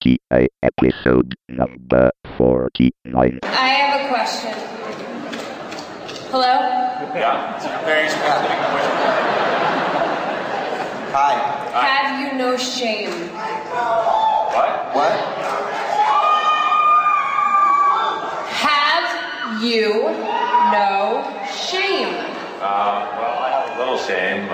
GTA episode number 49. I have a question. Hello? Yeah, it's a very specific question. Hi. Have you no shame? What? Have you no shame? Well, I have a little shame.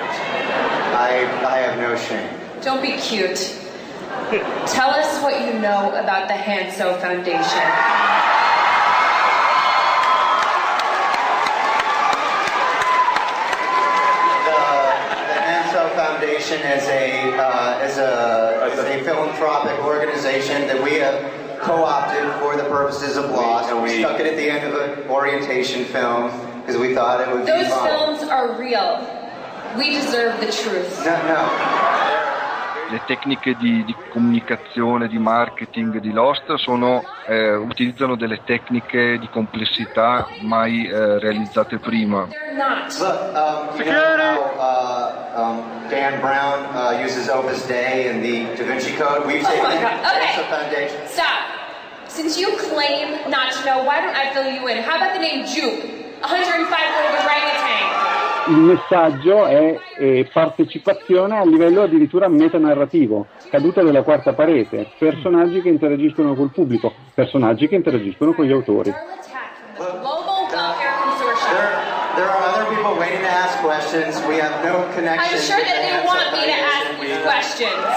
I have no shame. Don't be cute. Tell us what you know about the Hanso Foundation. The Hanso Foundation is a philanthropic organization that we have co-opted for the purposes of Lost. We stuck it at the end of an orientation film because we thought it would be Those fun. films are real. We deserve the truth. No. Le tecniche di comunicazione, di marketing di Lost utilizzano delle tecniche di complessità mai realizzate prima. They're not. Look, you know how Dan Brown uses Opus Dei and the Da Vinci Code? We've taken my God. Okay. the Foundation. Stop. Since you claim not to know, why don't I fill you in? How about the name Juke? 105-year-old orangutan. Il messaggio è partecipazione a livello addirittura metanarrativo, caduta della quarta parete, personaggi che interagiscono col pubblico, personaggi che interagiscono con gli autori. Global Welfare Consortium. There are other people waiting to ask questions. We have no connection. I'm sure that to they the want me to ask Foundation. these questions.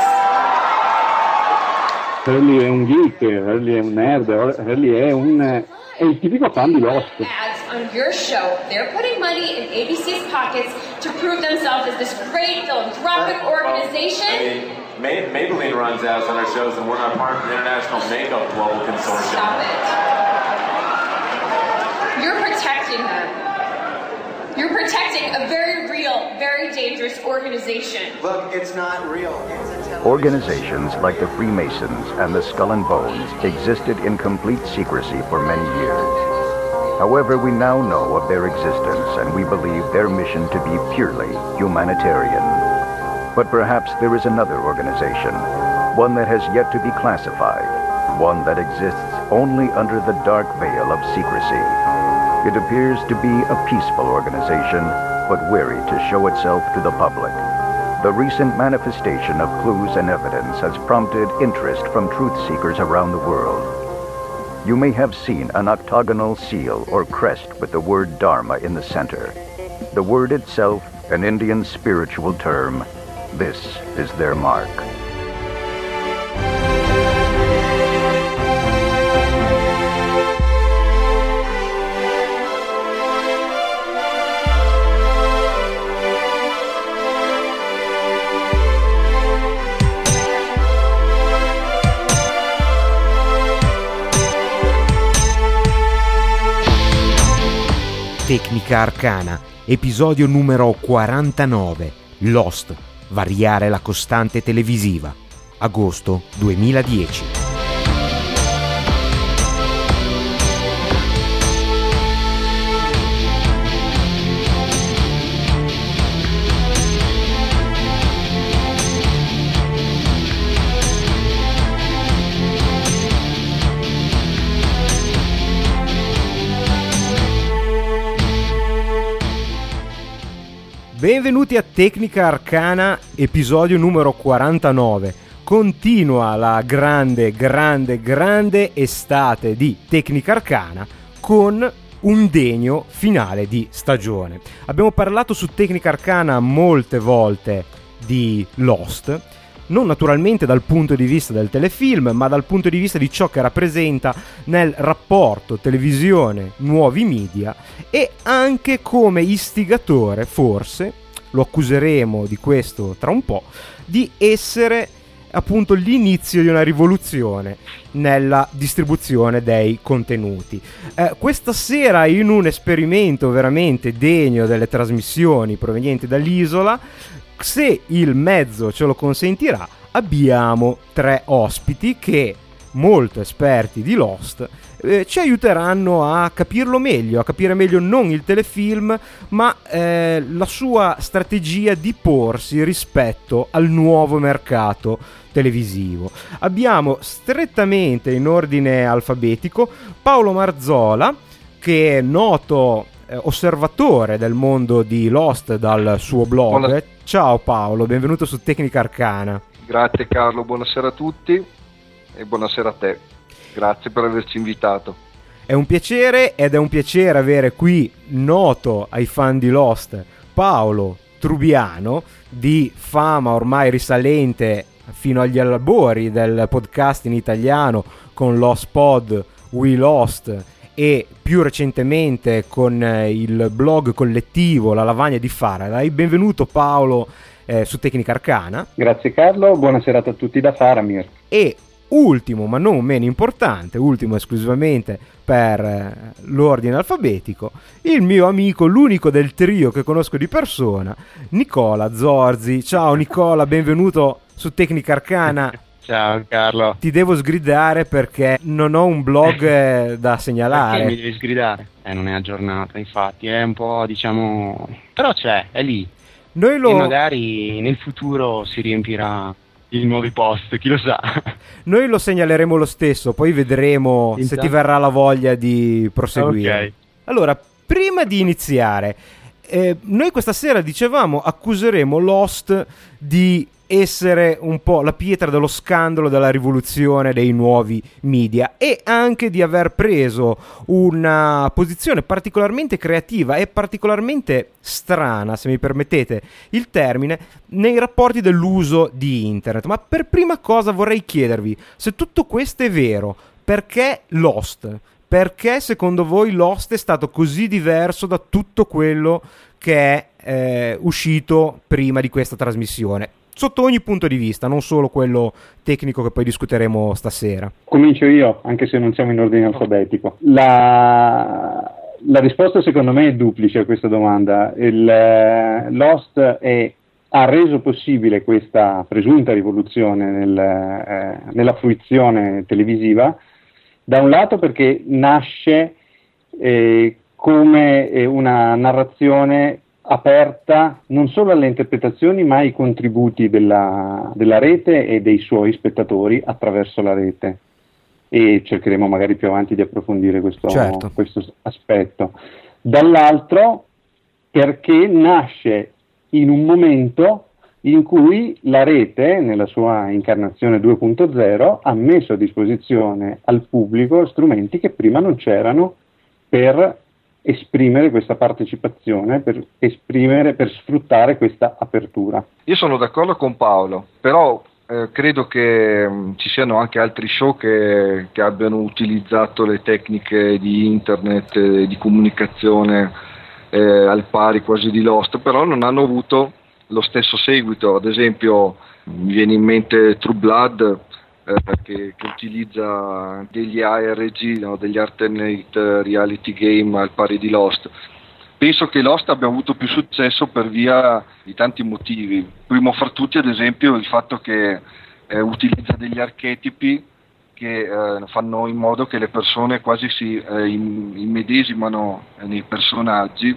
Hurley è un geek, Hurley è un nerd, Hurley è il tipico fan di Lost. Ads on your show, they're putting money in ABC's pockets to prove themselves as this great philanthropic organization. Maybelline runs ads on our shows, and we're not part of the International Makeup Global Consortium. Stop it. You're protecting them. You're protecting a very real, very dangerous organization. Look, it's not real. Organizations like the Freemasons and the Skull and Bones existed in complete secrecy for many years. However, we now know of their existence and we believe their mission to be purely humanitarian. But perhaps there is another organization, one that has yet to be classified, one that exists only under the dark veil of secrecy. It appears to be a peaceful organization, but wary to show itself to the public. The recent manifestation of clues and evidence has prompted interest from truth seekers around the world. You may have seen an octagonal seal or crest with the word Dharma in the center. The word itself, an Indian spiritual term, this is their mark. Tecnica Arcana, episodio numero 49, Lost, variare la costante televisiva, agosto 2010. Benvenuti a Tecnica Arcana, episodio numero 49. Continua la grande estate di Tecnica Arcana con un degno finale di stagione. Abbiamo parlato su Tecnica Arcana molte volte di Lost, non naturalmente dal punto di vista del telefilm, ma dal punto di vista di ciò che rappresenta nel rapporto televisione-nuovi media e anche come istigatore, forse, lo accuseremo di questo tra un po', di essere appunto l'inizio di una rivoluzione nella distribuzione dei contenuti. Questa sera, in un esperimento veramente degno delle trasmissioni provenienti dall'isola, se il mezzo ce lo consentirà, abbiamo 3 ospiti che, molto esperti di Lost, ci aiuteranno a capirlo meglio, a capire meglio non il telefilm, ma la sua strategia di porsi rispetto al nuovo mercato televisivo. Abbiamo strettamente in ordine alfabetico Paolo Marzola, che è noto osservatore del mondo di Lost dal suo blog. Ciao Paolo, benvenuto su Tecnica Arcana. Grazie Carlo, buonasera a tutti e buonasera a te. Grazie per averci invitato. È un piacere, ed è un piacere avere qui, noto ai fan di Lost, Paolo Trubiano, di fama ormai risalente fino agli albori del podcast in italiano con Lost Pod, We Lost, e più recentemente con il blog collettivo La Lavagna di Faraday. Benvenuto Paolo su Tecnica Arcana. Grazie Carlo, buona serata a tutti da Faramir. E ultimo, ma non meno importante, ultimo esclusivamente per l'ordine alfabetico, il mio amico, l'unico del trio che conosco di persona, Nicola Zorzi. Ciao Nicola, benvenuto su Tecnica Arcana. Ciao Carlo. Ti devo sgridare perché non ho un blog da segnalare. Perché mi devi sgridare? Non è aggiornata, infatti, è un po', diciamo... però c'è, è lì. E magari nel futuro si riempirà i nuovi post, chi lo sa. Noi lo segnaleremo lo stesso, poi vedremo se ti verrà la voglia di proseguire. Okay. Allora, prima di iniziare, noi questa sera dicevamo accuseremo Lost di essere un po' la pietra dello scandalo della rivoluzione dei nuovi media, e anche di aver preso una posizione particolarmente creativa e particolarmente strana, se mi permettete il termine, nei rapporti dell'uso di internet. Ma per prima cosa vorrei chiedervi se tutto questo è vero, perché Lost? Perché secondo voi Lost è stato così diverso da tutto quello che è uscito prima di questa trasmissione? Sotto ogni punto di vista, non solo quello tecnico che poi discuteremo stasera. Comincio io, anche se non siamo in ordine alfabetico. La risposta secondo me è duplice a questa domanda. Lost ha reso possibile questa presunta rivoluzione nella fruizione televisiva, da un lato perché nasce come una narrazione aperta non solo alle interpretazioni ma ai contributi della rete e dei suoi spettatori attraverso la rete, e cercheremo magari più avanti di approfondire questo aspetto. Dall'altro perché nasce in un momento in cui la rete, nella sua incarnazione 2.0, ha messo a disposizione al pubblico strumenti che prima non c'erano per esprimere questa partecipazione, per sfruttare questa apertura. Io sono d'accordo con Paolo, però credo che ci siano anche altri show che abbiano utilizzato le tecniche di internet, di comunicazione al pari quasi di Lost, però non hanno avuto lo stesso seguito. Ad esempio mi viene in mente True Blood, che utilizza degli ARG, no? Degli Alternate Reality Game al pari di Lost. Penso che Lost abbia avuto più successo per via di tanti motivi. Primo fra tutti, ad esempio, il fatto che utilizza degli archetipi che fanno in modo che le persone quasi si immedesimano nei personaggi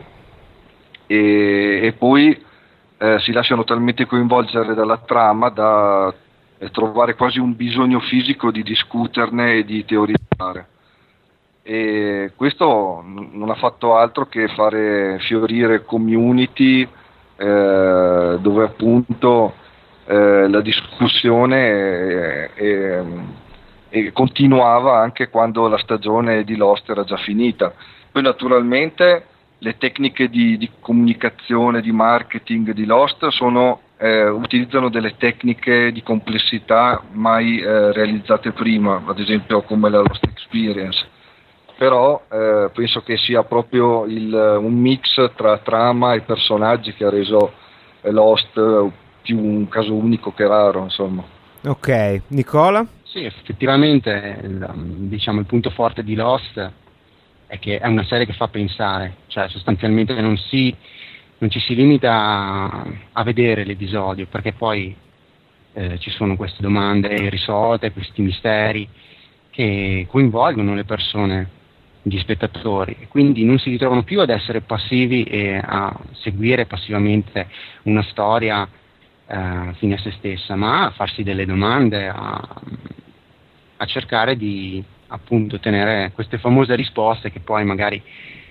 e poi si lasciano talmente coinvolgere dalla trama da trovare quasi un bisogno fisico di discuterne e di teorizzare, e questo non ha fatto altro che fare fiorire community dove appunto la discussione continuava anche quando la stagione di Lost era già finita. Poi naturalmente le tecniche di comunicazione, di marketing di Lost utilizzano delle tecniche di complessità mai realizzate prima, ad esempio come la Lost Experience, però penso che sia proprio un mix tra trama e personaggi che ha reso Lost più un caso unico che raro, insomma. Ok, Nicola? Sì, effettivamente diciamo il punto forte di Lost è che è una serie che fa pensare, cioè sostanzialmente non ci si limita a vedere l'episodio, perché poi ci sono queste domande irrisolte, questi misteri che coinvolgono le persone, gli spettatori, e quindi non si ritrovano più ad essere passivi e a seguire passivamente una storia fine a se stessa, ma a farsi delle domande, a cercare di appunto ottenere queste famose risposte che poi magari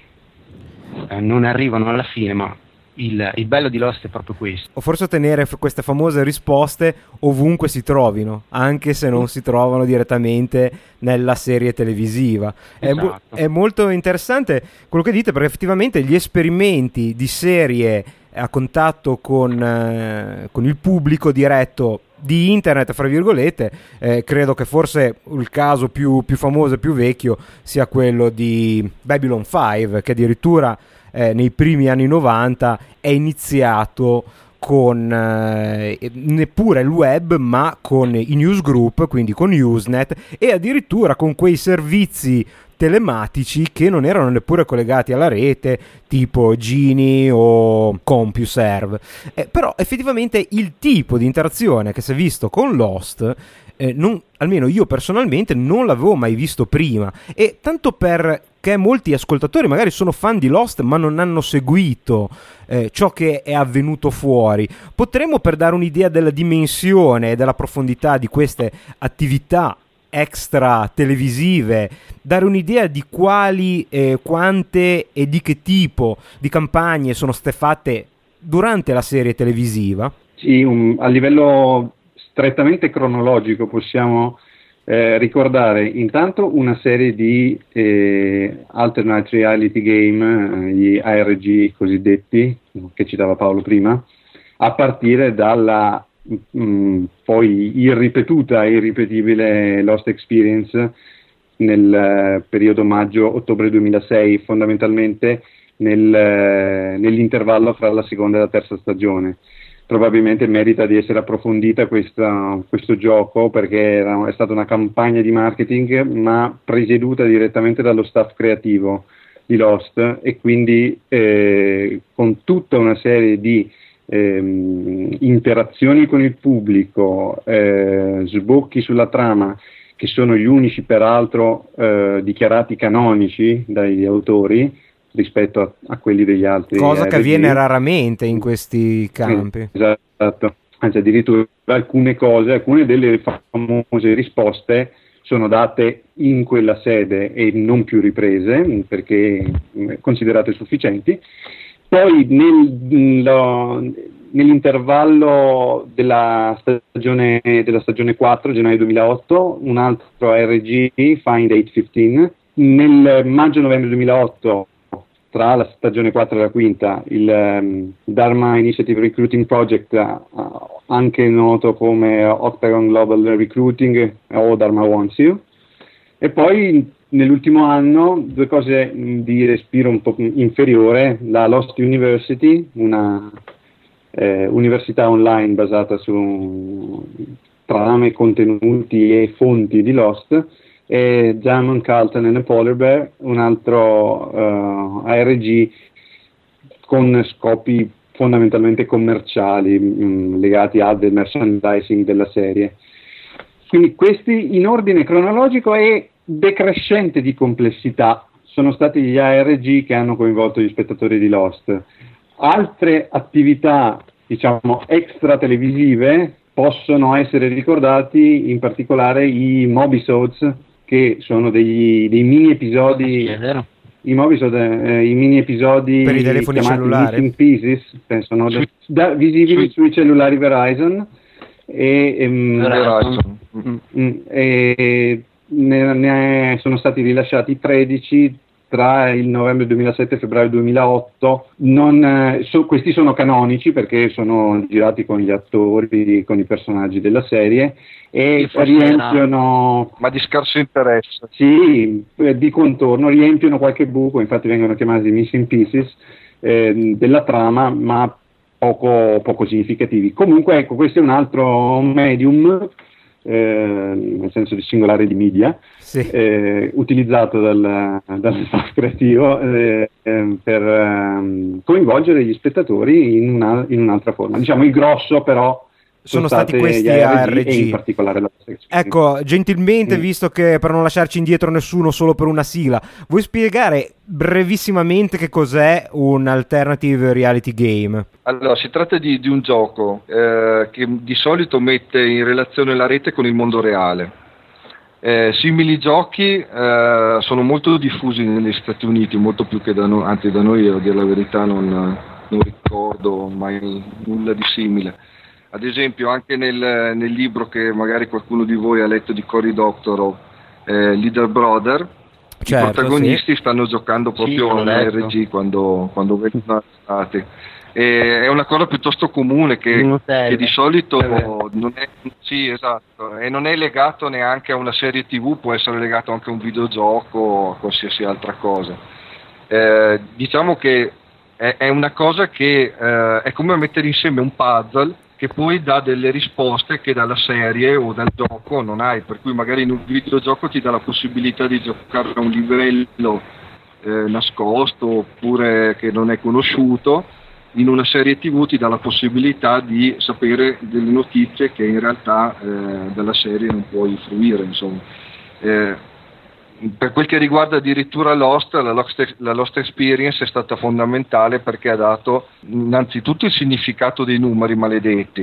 non arrivano alla fine, ma il bello di Lost è proprio questo. O forse ottenere queste famose risposte ovunque si trovino, anche se non si trovano direttamente nella serie televisiva. Esatto. È molto interessante quello che dite, perché effettivamente gli esperimenti di serie a contatto con il pubblico diretto di internet, fra virgolette, credo che forse il caso più famoso e più vecchio sia quello di Babylon 5, che addirittura nei primi anni 90 è iniziato con neppure il web, ma con i newsgroup, quindi con Usenet, e addirittura con quei servizi telematici che non erano neppure collegati alla rete, tipo Genie o CompuServe. Però effettivamente il tipo di interazione che si è visto con Lost, almeno io personalmente non l'avevo mai visto prima, e tanto perché molti ascoltatori magari sono fan di Lost ma non hanno seguito ciò che è avvenuto fuori, potremmo, per dare un'idea della dimensione e della profondità di queste attività extra televisive, dare un'idea di quali, quante e di che tipo di campagne sono state fatte durante la serie televisiva? Sì, a livello strettamente cronologico possiamo ricordare intanto una serie di alternate reality game, gli ARG cosiddetti, che citava Paolo prima, a partire dalla poi irripetuta e irripetibile Lost Experience nel periodo maggio-ottobre 2006, fondamentalmente nell'intervallo fra la seconda e la terza stagione. Probabilmente merita di essere approfondita questo gioco, perché è stata una campagna di marketing ma presieduta direttamente dallo staff creativo di Lost, e quindi con tutta una serie di interazioni con il pubblico, sbocchi sulla trama, che sono gli unici peraltro dichiarati canonici dagli autori rispetto a quelli degli altri. Cosa che avviene raramente in questi campi. Esatto, anzi addirittura alcune delle famose risposte sono date in quella sede e non più riprese perché considerate sufficienti. Poi nell'intervallo della stagione 4, gennaio 2008, un altro ARG, Find 815. Nel maggio-novembre 2008, tra la stagione 4 e la quinta, il Dharma Initiative Recruiting Project, anche noto come Octagon Global Recruiting o Dharma Wants You. E poi nell'ultimo anno due cose di respiro un po' inferiore: la Lost University, una università online basata su trame, contenuti e fonti di Lost, e Diamond, Carlton and the Polar Bear, un altro ARG con scopi fondamentalmente commerciali legati al merchandising della serie. Quindi questi in ordine cronologico e decrescente di complessità sono stati gli ARG che hanno coinvolto gli spettatori di Lost. Altre attività, diciamo, extra televisive possono essere ricordati in particolare i Mobisodes, che sono dei mini episodi. Sì, è vero. I Mobisode, i mini episodi per i telefoni cellulari, Missing Pieces, sono visibili sui cellulari Verizon e ne sono stati rilasciati 13 tra il novembre 2007 e febbraio 2008. Questi sono canonici perché sono girati con gli attori, con i personaggi della serie, e riempiono, ma di scarso interesse, sì, di contorno, riempiono qualche buco, infatti vengono chiamati Missing Pieces della trama, ma poco significativi. Comunque, ecco, questo è un altro medium, nel senso di singolare di media, sì, utilizzato dal staff creativo per coinvolgere gli spettatori in un'altra forma. Diciamo, il grosso però sono stati questi gli ARG. e in particolare la Lost Experience. Ecco, gentilmente, visto che per non lasciarci indietro nessuno solo per una sigla, vuoi spiegare brevissimamente che cos'è un alternative reality game? Allora, si tratta di un gioco che di solito mette in relazione la rete con il mondo reale. Simili giochi sono molto diffusi negli Stati Uniti, molto più che da noi, anzi da noi, a dire la verità, non ricordo mai nulla di simile. Ad esempio, anche nel libro che magari qualcuno di voi ha letto di Cory Doctorow, Leader Brother, certo, i protagonisti stanno giocando proprio all'RG quando vengono arrestati. È una cosa piuttosto comune che di solito non è, sì, esatto, e non è legato neanche a una serie TV, può essere legato anche a un videogioco o a qualsiasi altra cosa. Diciamo che è una cosa che è come mettere insieme un puzzle che poi dà delle risposte che dalla serie o dal gioco non hai, per cui magari in un videogioco ti dà la possibilità di giocare a un livello nascosto oppure che non è conosciuto. In una serie TV ti dà la possibilità di sapere delle notizie che in realtà dalla serie non puoi fruire, insomma. Per quel che riguarda addirittura Lost, la Lost Experience è stata fondamentale perché ha dato innanzitutto il significato dei numeri maledetti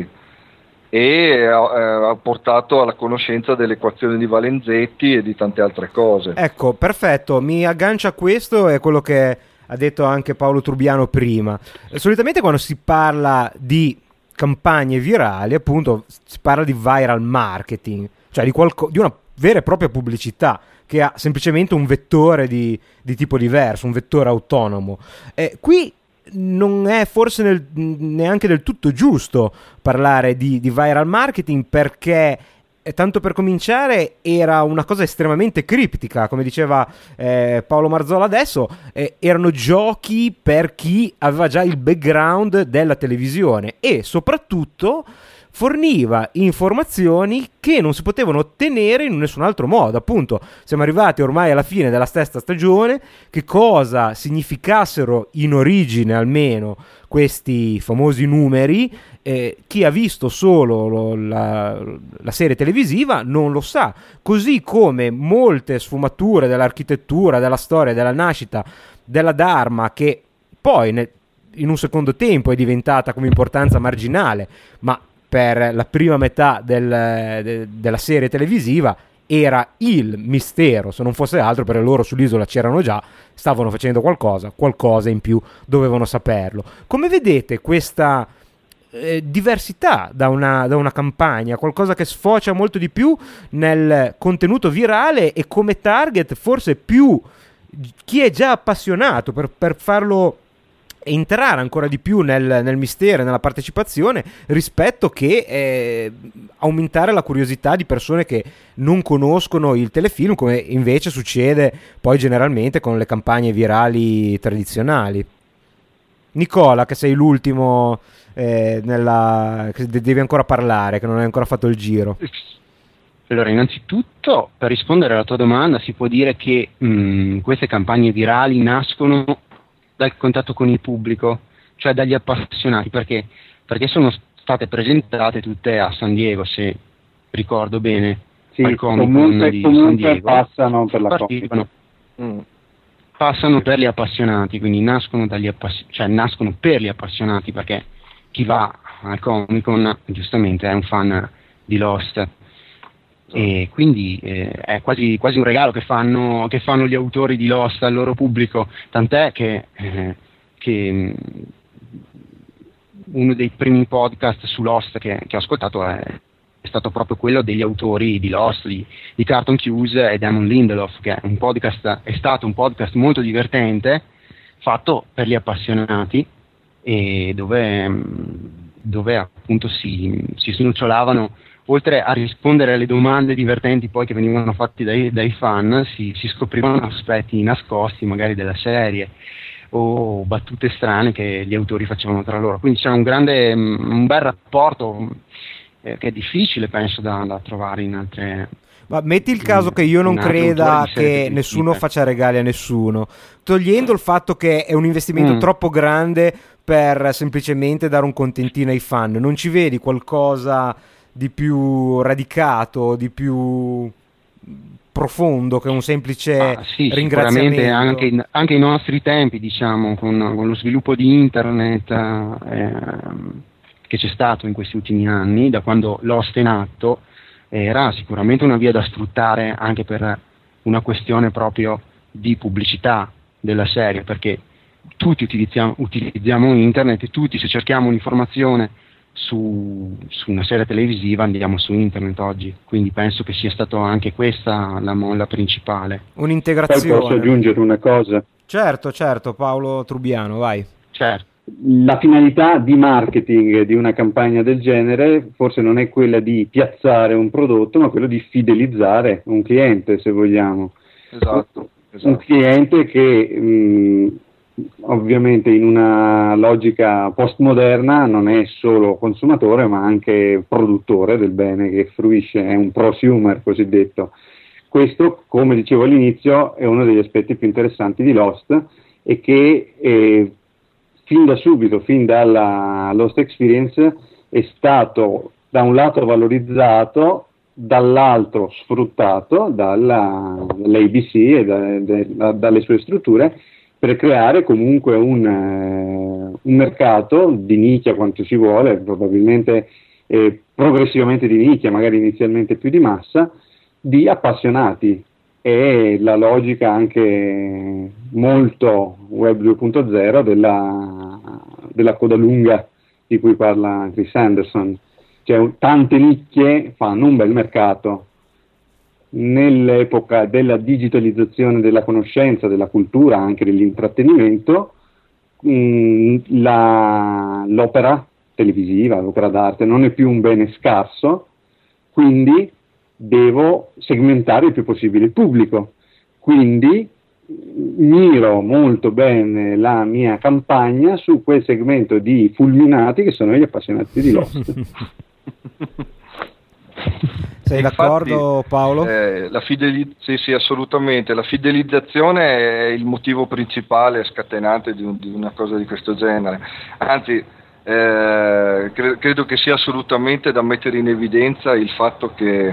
e ha portato alla conoscenza dell'equazione di Valenzetti e di tante altre cose. Ecco, perfetto, mi aggancia a questo e quello che ha detto anche Paolo Trubiano prima. Solitamente quando si parla di campagne virali, appunto, si parla di viral marketing, cioè di una vera e propria pubblicità che ha semplicemente un vettore di tipo diverso, un vettore autonomo. Qui non è forse neanche del tutto giusto parlare di viral marketing, perché tanto per cominciare era una cosa estremamente criptica, come diceva Paolo Marzola adesso, erano giochi per chi aveva già il background della televisione e soprattutto forniva informazioni che non si potevano ottenere in nessun altro modo. Appunto, siamo arrivati ormai alla fine della sesta stagione, che cosa significassero in origine almeno questi famosi numeri, chi ha visto solo la serie televisiva non lo sa, così come molte sfumature dell'architettura, della storia, della nascita della Dharma, che poi in un secondo tempo è diventata come importanza marginale, ma per la prima metà della serie televisiva era il mistero, se non fosse altro perché loro sull'isola c'erano già, stavano facendo qualcosa in più dovevano saperlo. Come vedete questa diversità da una campagna, qualcosa che sfocia molto di più nel contenuto virale e come target forse più chi è già appassionato per farlo entrare ancora di più nel mistero, nella partecipazione, rispetto che aumentare la curiosità di persone che non conoscono il telefilm, come invece succede poi generalmente con le campagne virali tradizionali. Nicola, che sei l'ultimo che devi ancora parlare, che non hai ancora fatto il giro. Allora, innanzitutto, per rispondere alla tua domanda, si può dire che queste campagne virali nascono dal contatto con il pubblico, cioè dagli appassionati, perché sono state presentate tutte a San Diego, se ricordo bene, sì, al Comic-Con di San Diego. Passano per la Comic-Con. Passano per gli appassionati, quindi nascono nascono per gli appassionati, perché chi va al Comic-Con giustamente è un fan di Lost. E quindi è quasi un regalo che fanno gli autori di Lost al loro pubblico, tant'è che uno dei primi podcast su Lost che ho ascoltato è stato proprio quello degli autori di Lost, di Carlton Cuse e Damon Lindelof, che è stato un podcast molto divertente, fatto per gli appassionati, e dove appunto si snocciolavano. Oltre a rispondere alle domande divertenti poi che venivano fatti dai fan, si scoprivano aspetti nascosti magari della serie o battute strane che gli autori facevano tra loro. Quindi c'è un bel rapporto che è difficile, penso, da trovare in altre. Ma metti il caso che io non creda che nessuno faccia regali a nessuno, togliendo il fatto che è un investimento troppo grande per semplicemente dare un contentino ai fan? Non ci vedi qualcosa di più radicato, di più profondo che un semplice ringraziamento? Sicuramente anche i nostri tempi, diciamo, con lo sviluppo di internet che c'è stato in questi ultimi anni, da quando Lost è nato, era sicuramente una via da sfruttare anche per una questione proprio di pubblicità della serie, perché tutti utilizziamo internet e tutti, se cerchiamo un'informazione su una serie televisiva, andiamo su internet oggi, quindi penso che sia stato anche questa la molla principale. Un'integrazione. Poi posso aggiungere una cosa? Certo, Paolo Trubiano, vai. Certo. La finalità di marketing di una campagna del genere forse non è quella di piazzare un prodotto, ma quello di fidelizzare un cliente, se vogliamo. Esatto. Un cliente che ovviamente in una logica postmoderna non è solo consumatore ma anche produttore del bene che fruisce, è un prosumer cosiddetto. Questo, come dicevo all'inizio, è uno degli aspetti più interessanti di Lost e che fin da subito, fin dalla Lost Experience, è stato da un lato valorizzato, dall'altro sfruttato dall'ABC e dalle sue strutture per creare comunque un mercato di nicchia quanto ci vuole, probabilmente progressivamente di nicchia, magari inizialmente più di massa, di appassionati. E la logica anche molto Web 2.0 della coda lunga di cui parla Chris Anderson. Cioè, tante nicchie fanno un bel mercato. Nell'epoca della digitalizzazione della conoscenza, della cultura, anche dell'intrattenimento, l'opera televisiva, l'opera d'arte non è più un bene scarso, quindi devo segmentare il più possibile il pubblico. Quindi miro molto bene la mia campagna su quel segmento di fulminati che sono gli appassionati di Lost. Sei d'accordo, Paolo? Sì, assolutamente. La fidelizzazione è il motivo principale scatenante di una cosa di questo genere. Anzi, credo che sia assolutamente da mettere in evidenza il fatto che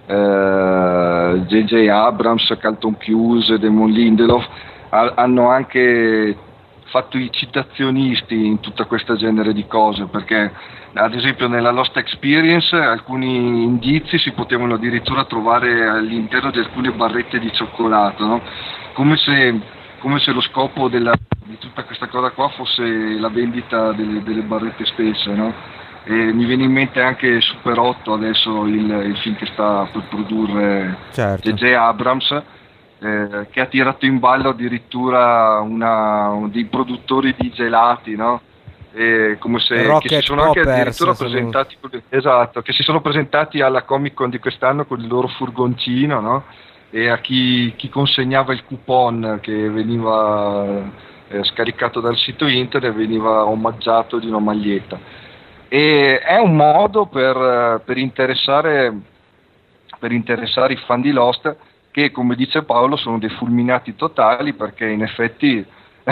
J.J. Abrams, Carlton Cuse, Damon Lindelof hanno anche fatto i citazionisti in tutta questa genere di cose, perché ad esempio nella Lost Experience alcuni indizi si potevano addirittura trovare all'interno di alcune barrette di cioccolato, no? come se lo scopo di tutta questa cosa qua fosse la vendita delle barrette stesse, no? E mi viene in mente anche Super 8 adesso, il film che sta per produrre J.J. Abrams, che ha tirato in ballo addirittura dei produttori di gelati, no? Come se che si sono anche addirittura presentati, esatto, che si sono presentati alla Comic Con di quest'anno con il loro furgoncino, no? E a chi consegnava il coupon che veniva scaricato dal sito internet veniva omaggiato di una maglietta. E è un modo per interessare i fan di Lost, che, come dice Paolo, sono dei fulminati totali, perché in effetti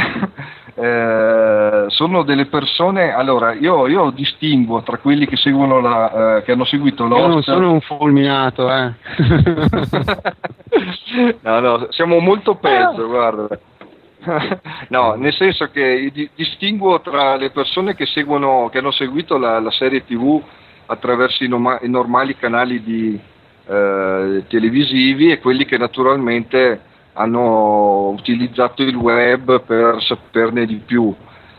sono delle persone. Allora, io distinguo tra quelli che seguono che hanno seguito Lost. Io non sono un fulminato, No, siamo molto peggio, guarda. No, nel senso che distinguo tra le persone che hanno seguito la serie TV attraverso i normali canali televisivi, e quelli che naturalmente hanno utilizzato il web per saperne di più.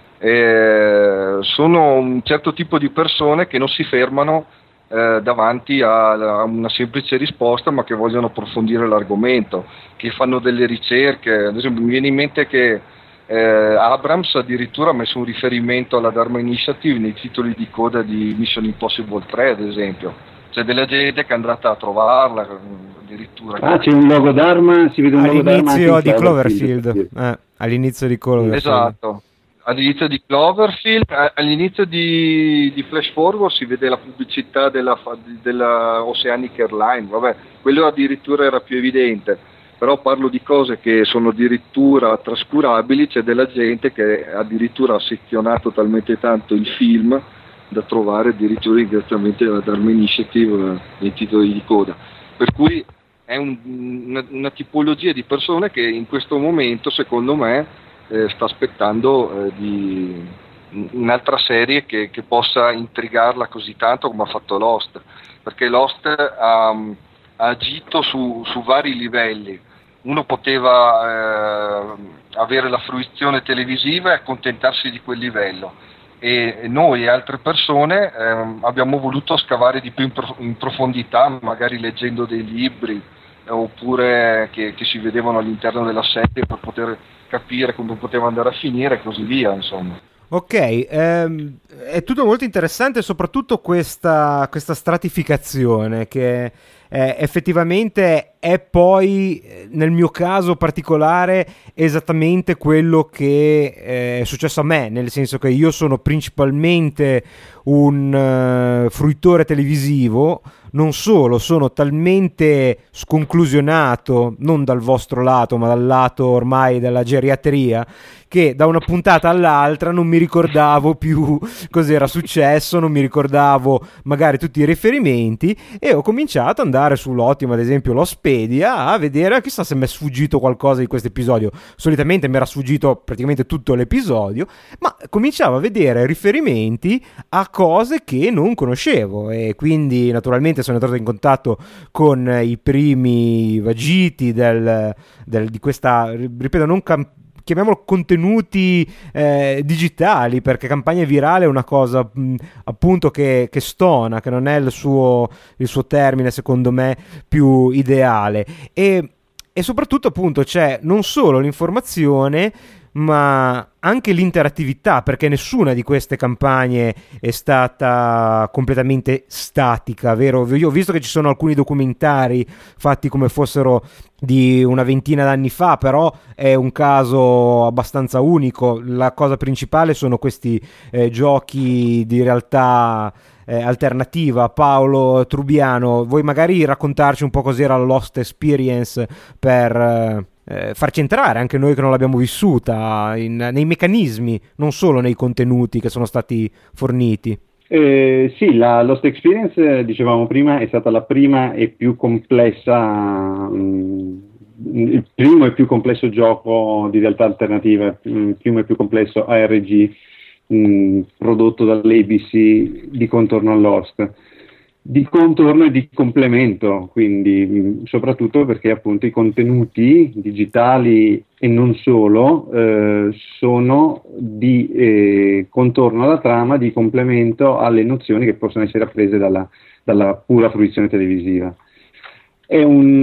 Sono un certo tipo di persone che non si fermano davanti a una semplice risposta, ma che vogliono approfondire l'argomento, che fanno delle ricerche. Ad esempio, mi viene in mente che Abrams addirittura ha messo un riferimento alla Dharma Initiative nei titoli di coda di Mission Impossible 3, ad esempio. C'è della gente che è andata a trovarla addirittura. C'è un logo Dharma, si vede un logo Dharma all'inizio di Cloverfield. All'inizzo di Cloverfield. Esatto. All'inizio di Cloverfield, all'inizio di Flash Forward si vede la pubblicità della Oceanic Airlines, vabbè, quello addirittura era più evidente. però parlo di cose che sono addirittura trascurabili. C'è della gente che addirittura ha sezionato talmente tanto il film da trovare addirittura direttamente ad Army Initiative nei titoli di coda, per cui è una tipologia di persone che in questo momento, secondo me, sta aspettando di un'altra serie che possa intrigarla così tanto come ha fatto Lost, perché Lost ha agito su vari livelli. Uno poteva avere la fruizione televisiva e accontentarsi di quel livello, e noi e altre persone abbiamo voluto scavare di più in profondità, magari leggendo dei libri oppure che si vedevano all'interno della serie per poter capire come poteva andare a finire e così via, insomma. Ok, è tutto molto interessante, soprattutto questa stratificazione che effettivamente è poi, nel mio caso particolare, esattamente quello che è successo a me, nel senso che io sono principalmente un fruitore televisivo. Non solo, sono talmente sconclusionato, non dal vostro lato, ma dal lato ormai della geriatria, che da una puntata all'altra non mi ricordavo più cos'era successo, non mi ricordavo magari tutti i riferimenti, e ho cominciato ad andare sull'Ottimo, ad esempio l'Ospedia, a vedere chissà se mi è sfuggito qualcosa di questo episodio. Solitamente mi era sfuggito praticamente tutto l'episodio, ma cominciavo a vedere riferimenti a cose che non conoscevo, e quindi naturalmente sono entrato in contatto con i primi vagiti di questa, ripeto, non chiamiamolo contenuti digitali, perché campagna virale è una cosa appunto che stona, che non è il suo termine secondo me più ideale, e soprattutto appunto c'è non solo l'informazione ma anche l'interattività, perché nessuna di queste campagne è stata completamente statica, vero? Io ho visto che ci sono alcuni documentari fatti come fossero di una ventina d'anni fa, però è un caso abbastanza unico. La cosa principale sono questi giochi di realtà alternativa. Paolo Trubiano, vuoi magari raccontarci un po' cos'era la Lost Experience per farci entrare anche noi che non l'abbiamo vissuta nei meccanismi, non solo nei contenuti che sono stati forniti? Sì, la Lost Experience, dicevamo prima, è stata la prima e più complessa, il primo e più complesso gioco di realtà alternativa, il primo e più complesso ARG prodotto dall'ABC di contorno a Lost. Di contorno e di complemento, quindi soprattutto perché appunto i contenuti digitali e non solo sono di contorno alla trama, di complemento alle nozioni che possono essere apprese dalla pura fruizione televisiva. È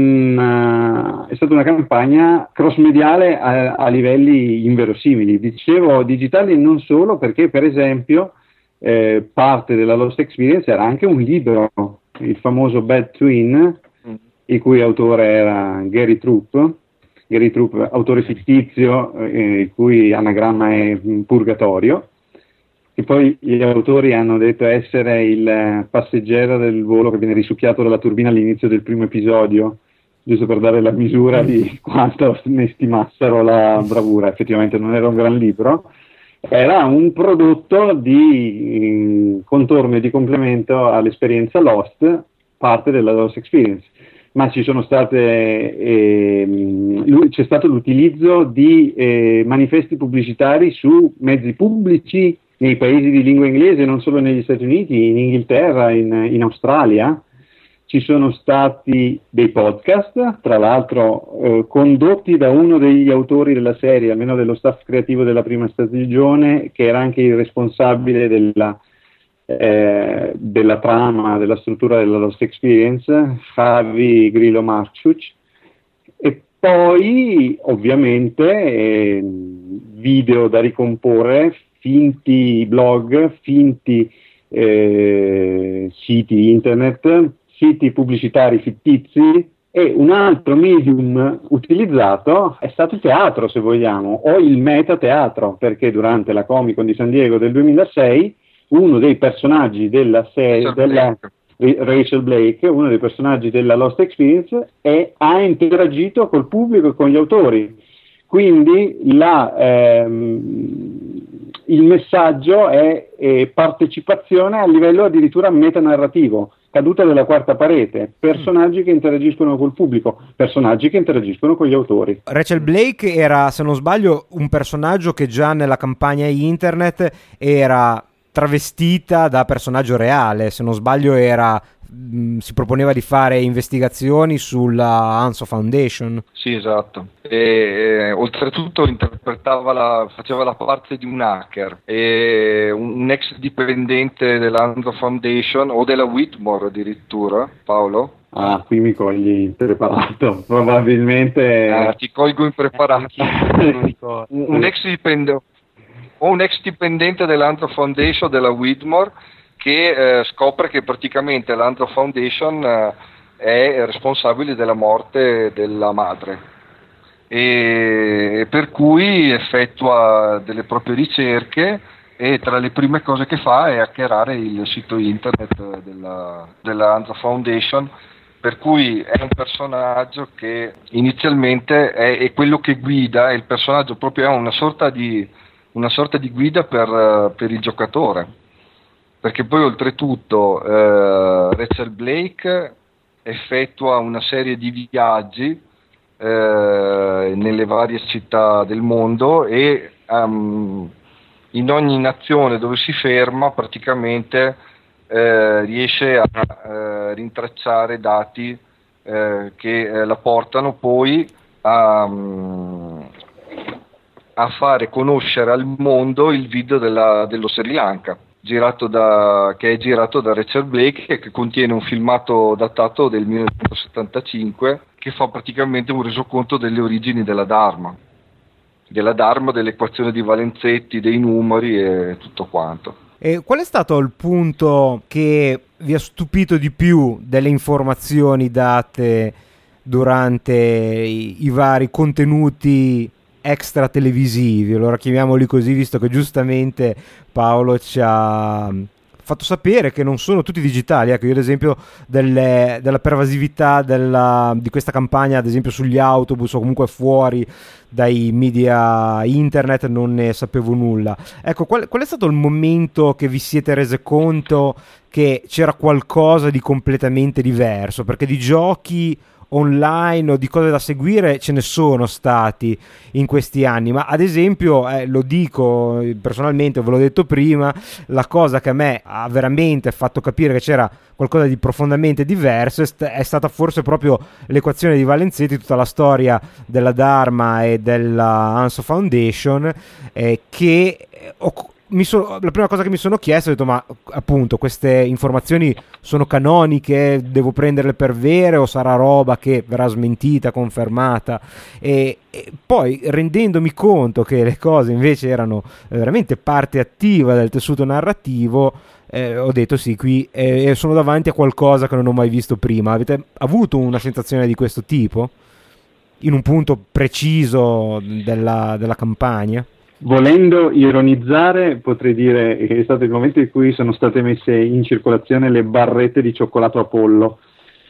stata una campagna cross-mediale a livelli inverosimili. Dicevo digitali e non solo perché, per esempio, parte della Lost Experience era anche un libro, il famoso Bad Twin, il cui autore era Gary Troop, autore fittizio, il cui anagramma è Purgatorio, e poi gli autori hanno detto essere il passeggero del volo che viene risucchiato dalla turbina all'inizio del primo episodio, giusto per dare la misura di quanto ne stimassero la bravura. Effettivamente non era un gran libro, era un prodotto di contorno e di complemento all'esperienza Lost, parte della Lost Experience, ma ci sono state c'è stato l'utilizzo di manifesti pubblicitari su mezzi pubblici nei paesi di lingua inglese, non solo negli Stati Uniti, in Inghilterra, in Australia. Ci sono stati dei podcast, tra l'altro condotti da uno degli autori della serie, almeno dello staff creativo della prima stagione, che era anche il responsabile della trama, della struttura della Lost Experience, Javi Grillo Marciuc. E poi ovviamente video da ricomporre, finti blog, finti siti internet, siti pubblicitari fittizi, e un altro medium utilizzato è stato il teatro, se vogliamo, o il metateatro, perché durante la Comic Con di San Diego del 2006 uno dei personaggi della serie Rachel Blake, uno dei personaggi della Lost Experience, ha interagito col pubblico e con gli autori. Quindi il messaggio è partecipazione a livello addirittura metanarrativo, caduta della quarta parete, personaggi che interagiscono col pubblico, personaggi che interagiscono con gli autori. Rachel Blake era, se non sbaglio, un personaggio che già nella campagna internet era travestita da personaggio reale, se non sbaglio si proponeva di fare investigazioni sulla Hanso Foundation. Sì, esatto. E oltretutto faceva la parte di un hacker, e un ex dipendente della Hanso Foundation o della Whitmore addirittura, Paolo? Ah, qui mi cogli impreparato, probabilmente. Ti colgo impreparato. un ex dipendente dell'Hanso Foundation della Whitmore che scopre che praticamente l'Hanso Foundation è responsabile della morte della madre, e per cui effettua delle proprie ricerche, e tra le prime cose che fa è hackerare il sito internet della Hanso Foundation, per cui è un personaggio che inizialmente è quello che guida, il personaggio proprio è una sorta di guida per il giocatore. Perché poi oltretutto Rachel Blake effettua una serie di viaggi nelle varie città del mondo, e in ogni nazione dove si ferma praticamente riesce a rintracciare dati che la portano poi a fare conoscere al mondo il video dello Sri Lanka, che è girato da Rachel Blake, e che contiene un filmato datato del 1975 che fa praticamente un resoconto delle origini della Dharma, dell'equazione di Valenzetti, dei numeri e tutto quanto. E qual è stato il punto che vi ha stupito di più delle informazioni date durante i vari contenuti extra televisivi, allora chiamiamoli così, visto che giustamente Paolo ci ha fatto sapere che non sono tutti digitali. Ecco, io ad esempio della pervasività di questa campagna, ad esempio sugli autobus o comunque fuori dai media internet, non ne sapevo nulla. Ecco, qual è stato il momento che vi siete rese conto che c'era qualcosa di completamente diverso? Perché di giochi online o di cose da seguire ce ne sono stati in questi anni, ma ad esempio lo dico personalmente, ve l'ho detto prima, la cosa che a me ha veramente fatto capire che c'era qualcosa di profondamente diverso è stata forse proprio l'equazione di Valenzetti, tutta la storia della Dharma e della Hanso Foundation, che la prima cosa che mi sono chiesto, ho detto, ma appunto queste informazioni sono canoniche, devo prenderle per vere o sarà roba che verrà smentita, confermata? E poi, rendendomi conto che le cose invece erano veramente parte attiva del tessuto narrativo, ho detto sì, qui sono davanti a qualcosa che non ho mai visto prima. Avete avuto una sensazione di questo tipo in un punto preciso della campagna? Volendo ironizzare, potrei dire che è stato il momento in cui sono state messe in circolazione le barrette di cioccolato Apollo,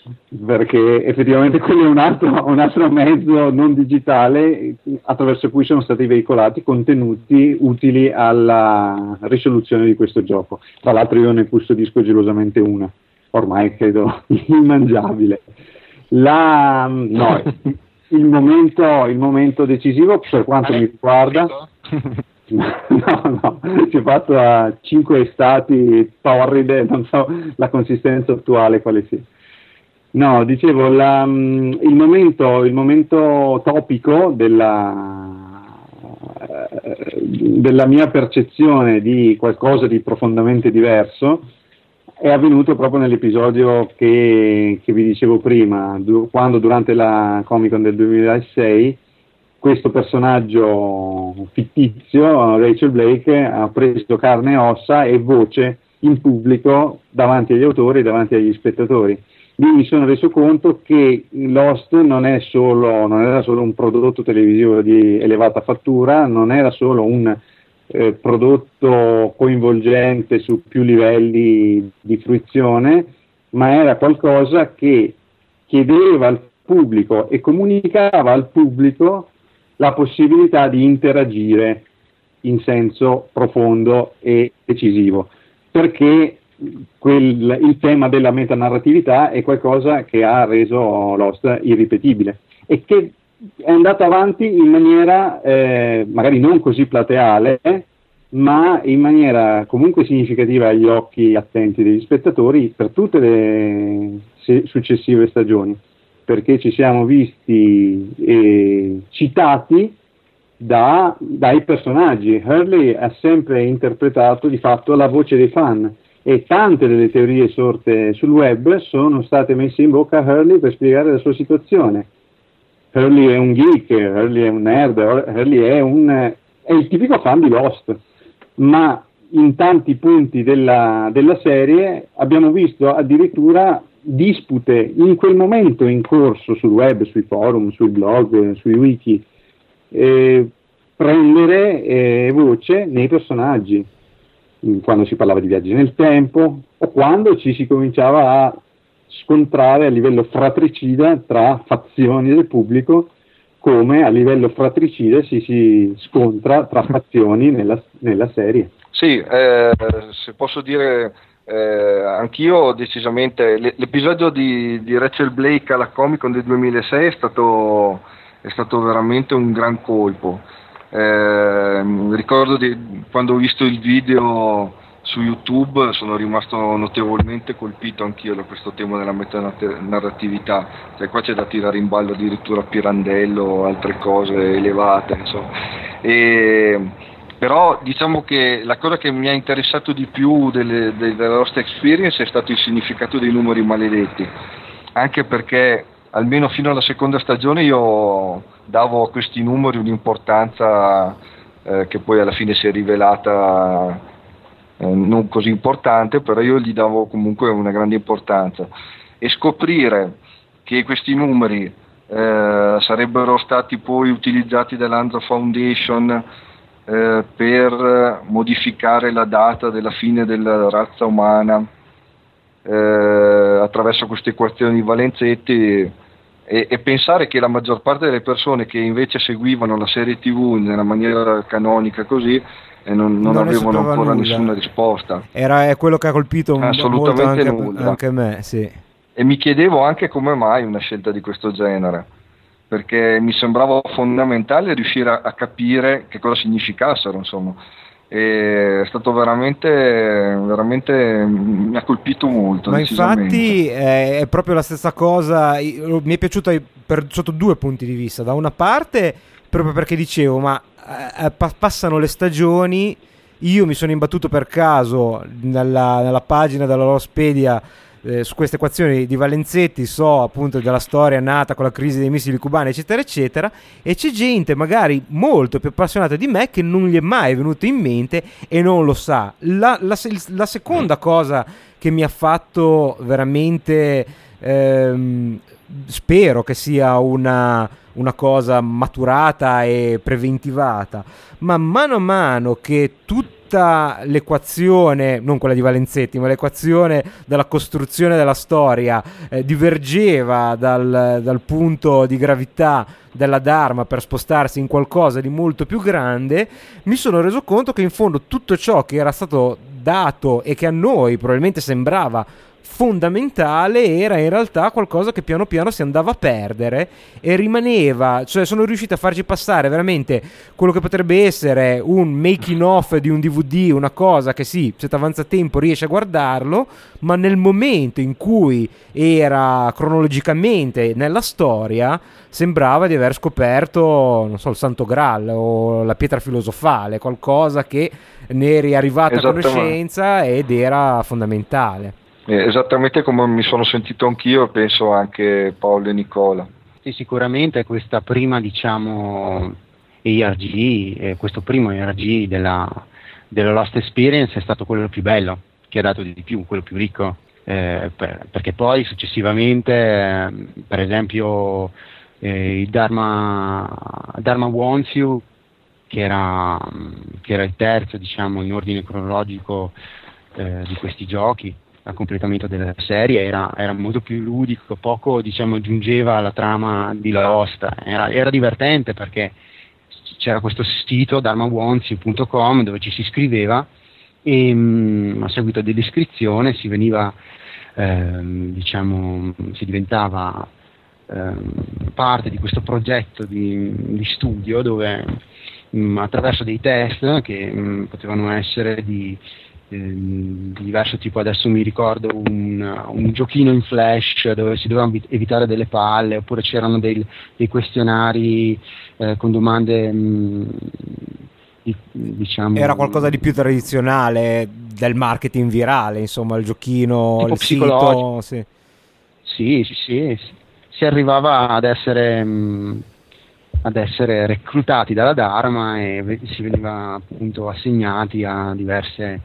perché effettivamente quello è un altro mezzo non digitale attraverso cui sono stati veicolati contenuti utili alla risoluzione di questo gioco. Tra l'altro io ne custodisco gelosamente una, ormai credo immangiabile. Il momento decisivo per quanto mi riguarda, no, si è fatto a 5 stati torride, non so la consistenza attuale quale sia. No, dicevo, il momento topico della mia percezione di qualcosa di profondamente diverso è avvenuto proprio nell'episodio che vi dicevo prima, quando durante la Comic Con del 2006 questo personaggio fittizio, Rachel Blake, ha preso carne e ossa e voce in pubblico davanti agli autori e davanti agli spettatori. Lì mi sono reso conto che Lost non era solo un prodotto televisivo di elevata fattura, non era solo un prodotto coinvolgente su più livelli di fruizione, ma era qualcosa che chiedeva al pubblico e comunicava al pubblico la possibilità di interagire in senso profondo e decisivo, perché il tema della metanarratività è qualcosa che ha reso Lost irripetibile e che è andato avanti in maniera magari non così plateale, ma in maniera comunque significativa agli occhi attenti degli spettatori per tutte le successive stagioni, perché ci siamo visti citati dai personaggi. Hurley ha sempre interpretato di fatto la voce dei fan e tante delle teorie sorte sul web sono state messe in bocca a Hurley per spiegare la sua situazione. Hurley è un geek, Hurley è un nerd, Hurley è il tipico fan di Lost, ma in tanti punti della serie abbiamo visto addirittura dispute in quel momento in corso sul web, sui forum, sui blog, sui wiki, prendere voce nei personaggi, quando si parlava di viaggi nel tempo o quando ci si cominciava a scontrare a livello fratricida tra fazioni del pubblico, come a livello fratricida si scontra tra fazioni nella serie. Sì, se posso dire, anch'io decisamente l'episodio di Rachel Blake alla Comic Con del 2006 è stato veramente un gran colpo. Ricordo quando ho visto il video su YouTube sono rimasto notevolmente colpito anch'io da questo tema della metanarratività, cioè qua c'è da tirare in ballo addirittura Pirandello, altre cose elevate, insomma. Però diciamo che la cosa che mi ha interessato di più della Lost Experience è stato il significato dei numeri maledetti, anche perché almeno fino alla seconda stagione io davo a questi numeri un'importanza che poi alla fine si è rivelata non così importante, però io gli davo comunque una grande importanza, e scoprire che questi numeri sarebbero stati poi utilizzati dall'Andro Foundation per modificare la data della fine della razza umana attraverso queste equazioni di Valenzetti, e pensare che la maggior parte delle persone che invece seguivano la serie TV nella maniera canonica così non avevano ancora nessuna risposta. È quello che ha colpito assolutamente molto anche me, sì. E mi chiedevo anche come mai una scelta di questo genere, perché mi sembrava fondamentale riuscire a capire che cosa significassero, insomma. E è stato veramente mi ha colpito molto. Ma infatti è proprio la stessa cosa. Mi è piaciuta sotto due punti di vista. Da una parte proprio perché dicevo passano le stagioni, io mi sono imbattuto per caso nella pagina della Lostpedia su queste equazioni di Valenzetti, so appunto della storia nata con la crisi dei missili cubani eccetera eccetera, e c'è gente magari molto più appassionata di me che non gli è mai venuto in mente e non lo sa. La seconda cosa che mi ha fatto veramente spero che sia una cosa maturata e preventivata, ma mano a mano che tutta l'equazione, non quella di Valenzetti, ma l'equazione della costruzione della storia divergeva dal punto di gravità della Dharma per spostarsi in qualcosa di molto più grande, mi sono reso conto che in fondo tutto ciò che era stato dato e che a noi probabilmente sembrava fondamentale era in realtà qualcosa che piano piano si andava a perdere e rimaneva, cioè sono riuscito a farci passare veramente quello che potrebbe essere un making of di un DVD, una cosa che sì, se ti avanza tempo riesci a guardarlo, ma nel momento in cui era cronologicamente nella storia sembrava di aver scoperto, non so, il Santo Graal o la pietra filosofale, qualcosa che ne eri arrivata a conoscenza ed era fondamentale. Esattamente come mi sono sentito anch'io, e penso anche Paolo e Nicola. Sì, sicuramente questa prima, diciamo, ERG, questo primo ERG della Lost Experience è stato quello più bello, che ha dato di più, quello più ricco, perché poi successivamente, per esempio, il Dharma Wants You, che era il terzo, diciamo, in ordine cronologico di questi giochi, al completamento della serie, era molto più ludico, poco diciamo aggiungeva alla trama di Lost, era divertente perché c'era questo sito dharmawonsi.com dove ci si iscriveva e a seguito dell'iscrizione si veniva si diventava parte di questo progetto di studio dove attraverso dei test che potevano essere di diverso tipo, adesso mi ricordo un giochino in flash dove si dovevano evitare delle palle, oppure c'erano dei questionari con domande diciamo era qualcosa di più tradizionale del marketing virale, insomma, il giochino, tipo il sito, sì. Sì, si arrivava ad essere reclutati dalla Dharma e si veniva appunto assegnati a diverse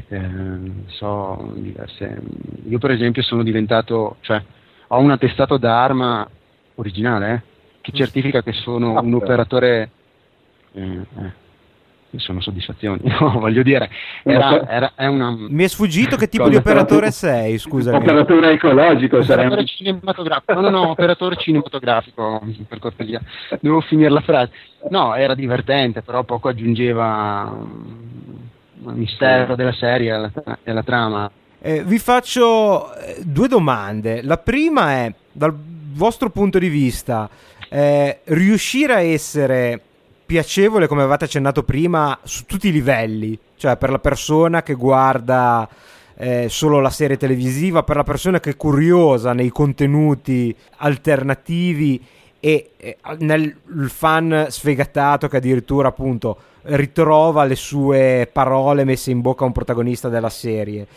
io per esempio sono diventato, cioè ho un attestato Dharma originale che certifica che sono un operatore sono soddisfazioni, no, voglio dire, è una... Mi è sfuggito che tipo di operatore sei, scusami. Operatore ecologico, operatore cinematografico, no, operatore cinematografico, per cortesia, devo finire la frase. No, era divertente, però poco aggiungeva al mistero della serie e alla trama. Vi faccio due domande. La prima è, dal vostro punto di vista, riuscire a essere piacevole, come avevate accennato prima, su tutti i livelli, cioè per la persona che guarda solo la serie televisiva, per la persona che è curiosa nei contenuti alternativi e nel fan sfegatato che addirittura appunto ritrova le sue parole messe in bocca a un protagonista della serie.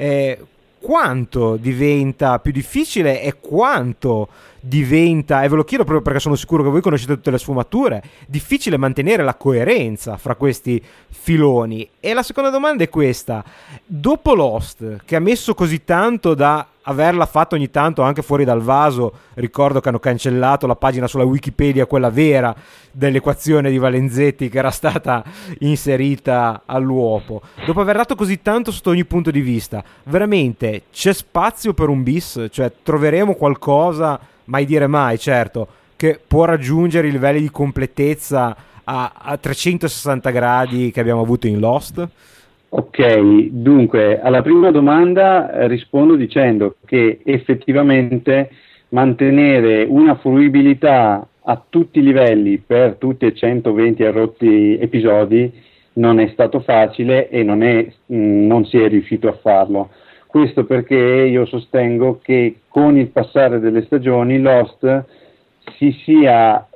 Quanto diventa più difficile e quanto diventa, e ve lo chiedo proprio perché sono sicuro che voi conoscete tutte le sfumature, difficile mantenere la coerenza fra questi filoni? E la seconda domanda è questa: dopo Lost, che ha messo così tanto da averla fatta ogni tanto anche fuori dal vaso, ricordo che hanno cancellato la pagina sulla Wikipedia, quella vera, dell'equazione di Valenzetti che era stata inserita all'uopo, dopo aver dato così tanto sotto ogni punto di vista, veramente c'è spazio per un bis? Cioè troveremo qualcosa, mai dire mai certo, che può raggiungere i livelli di completezza a 360 gradi che abbiamo avuto in Lost? Ok, dunque alla prima domanda rispondo dicendo che effettivamente mantenere una fruibilità a tutti i livelli per tutti e 120 arrotti episodi non è stato facile e non si è riuscito a farlo. Questo perché io sostengo che con il passare delle stagioni Lost si sia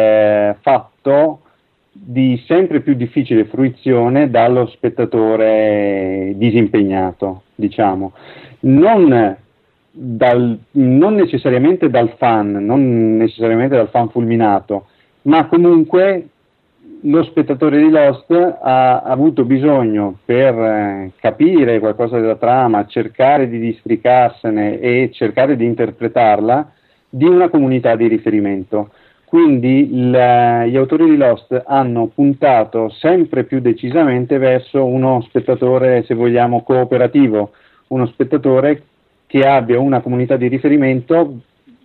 fatto di sempre più difficile fruizione dallo spettatore disimpegnato, diciamo, non necessariamente dal fan fulminato, ma comunque lo spettatore di Lost ha avuto bisogno, per capire qualcosa della trama, cercare di districarsene e cercare di interpretarla, di una comunità di riferimento. Quindi gli autori di Lost hanno puntato sempre più decisamente verso uno spettatore, se vogliamo, cooperativo, uno spettatore che abbia una comunità di riferimento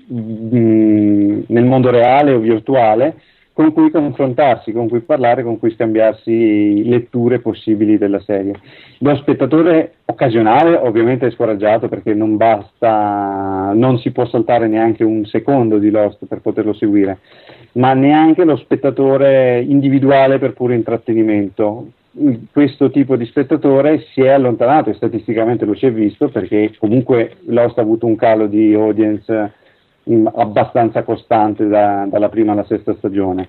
nel mondo reale o virtuale, con cui confrontarsi, con cui parlare, con cui scambiarsi letture possibili della serie. Lo spettatore occasionale ovviamente è scoraggiato perché non si può saltare neanche un secondo di Lost per poterlo seguire, ma neanche lo spettatore individuale per puro intrattenimento. Questo tipo di spettatore si è allontanato e statisticamente lo si è visto, perché comunque Lost ha avuto un calo di audience abbastanza costante dalla prima alla sesta stagione.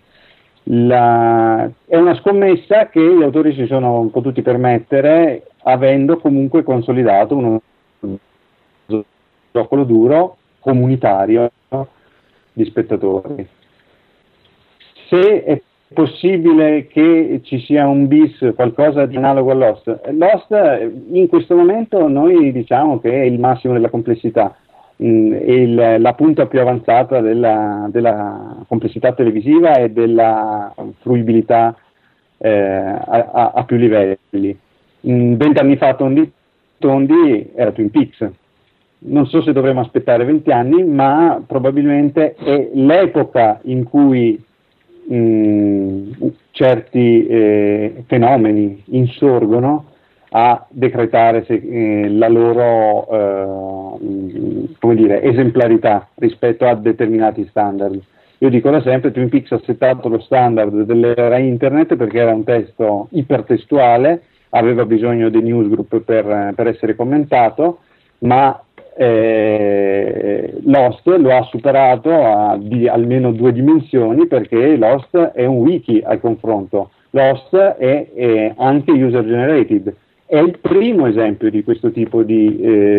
È una scommessa che gli autori si sono potuti permettere, avendo comunque consolidato uno zoccolo duro comunitario di spettatori. Se è possibile che ci sia un bis, qualcosa di analogo a Lost, in questo momento noi diciamo che è il massimo della complessità, la punta più avanzata della complessità televisiva e della fruibilità a più livelli. 20 anni fa Tondi era Twin Peaks, non so se dovremo aspettare 20 anni, ma probabilmente è l'epoca in cui certi fenomeni insorgono a decretare la loro come dire, esemplarità rispetto a determinati standard. Io dico da sempre, Twin Peaks ha settato lo standard dell'era internet perché era un testo ipertestuale, aveva bisogno dei newsgroup per essere commentato, ma Lost lo ha superato di almeno 2 dimensioni, perché Lost è un wiki al confronto. Lost è anche user generated, è il primo esempio di questo tipo di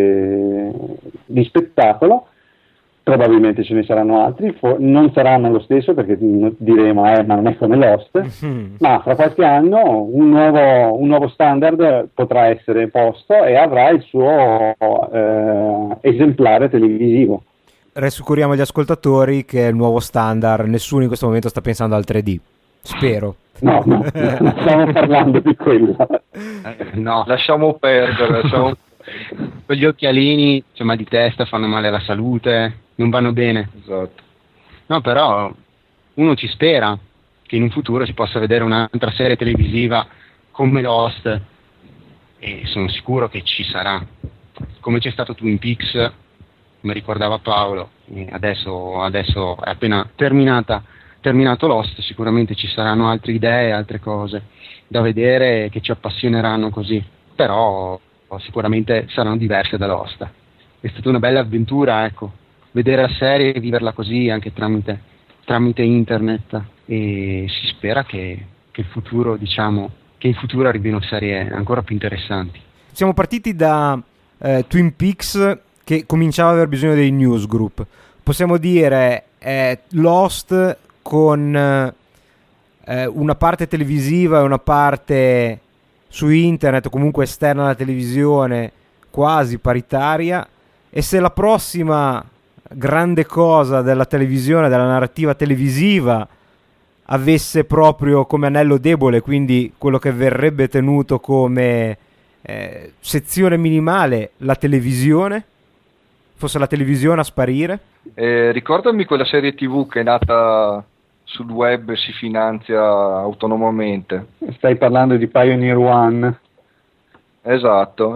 spettacolo. Probabilmente ce ne saranno altri, non saranno lo stesso perché diremo ma non è come Lost, ma fra qualche anno un nuovo standard potrà essere posto e avrà il suo esemplare televisivo. Rassicuriamo gli ascoltatori che il nuovo standard, nessuno in questo momento sta pensando al 3D, spero. No, non stiamo parlando di quello. No, lasciamo perdere. Quegli occhialini, c'è mal di testa, fanno male alla salute, non vanno bene. Esatto. No, però uno ci spera che in un futuro si possa vedere un'altra serie televisiva come Lost, e sono sicuro che ci sarà, come c'è stato Twin Peaks, come ricordava Paolo. E adesso è appena terminato Lost, sicuramente ci saranno altre idee, altre cose da vedere che ci appassioneranno così, però sicuramente saranno diverse da Lost. È stata una bella avventura, ecco, vedere la serie e viverla così anche tramite internet, e si spera che in futuro arrivino serie ancora più interessanti. Siamo partiti da Twin Peaks, che cominciava ad aver bisogno dei newsgroup. Possiamo dire Lost con una parte televisiva e una parte su internet, comunque esterna alla televisione, quasi paritaria. E se la prossima grande cosa della televisione, della narrativa televisiva, avesse proprio come anello debole, quindi quello che verrebbe tenuto come sezione minimale, la televisione, fosse la televisione a sparire? Ricordami quella serie TV che è nata sul web e si finanzia autonomamente. Stai parlando di Pioneer One? Esatto.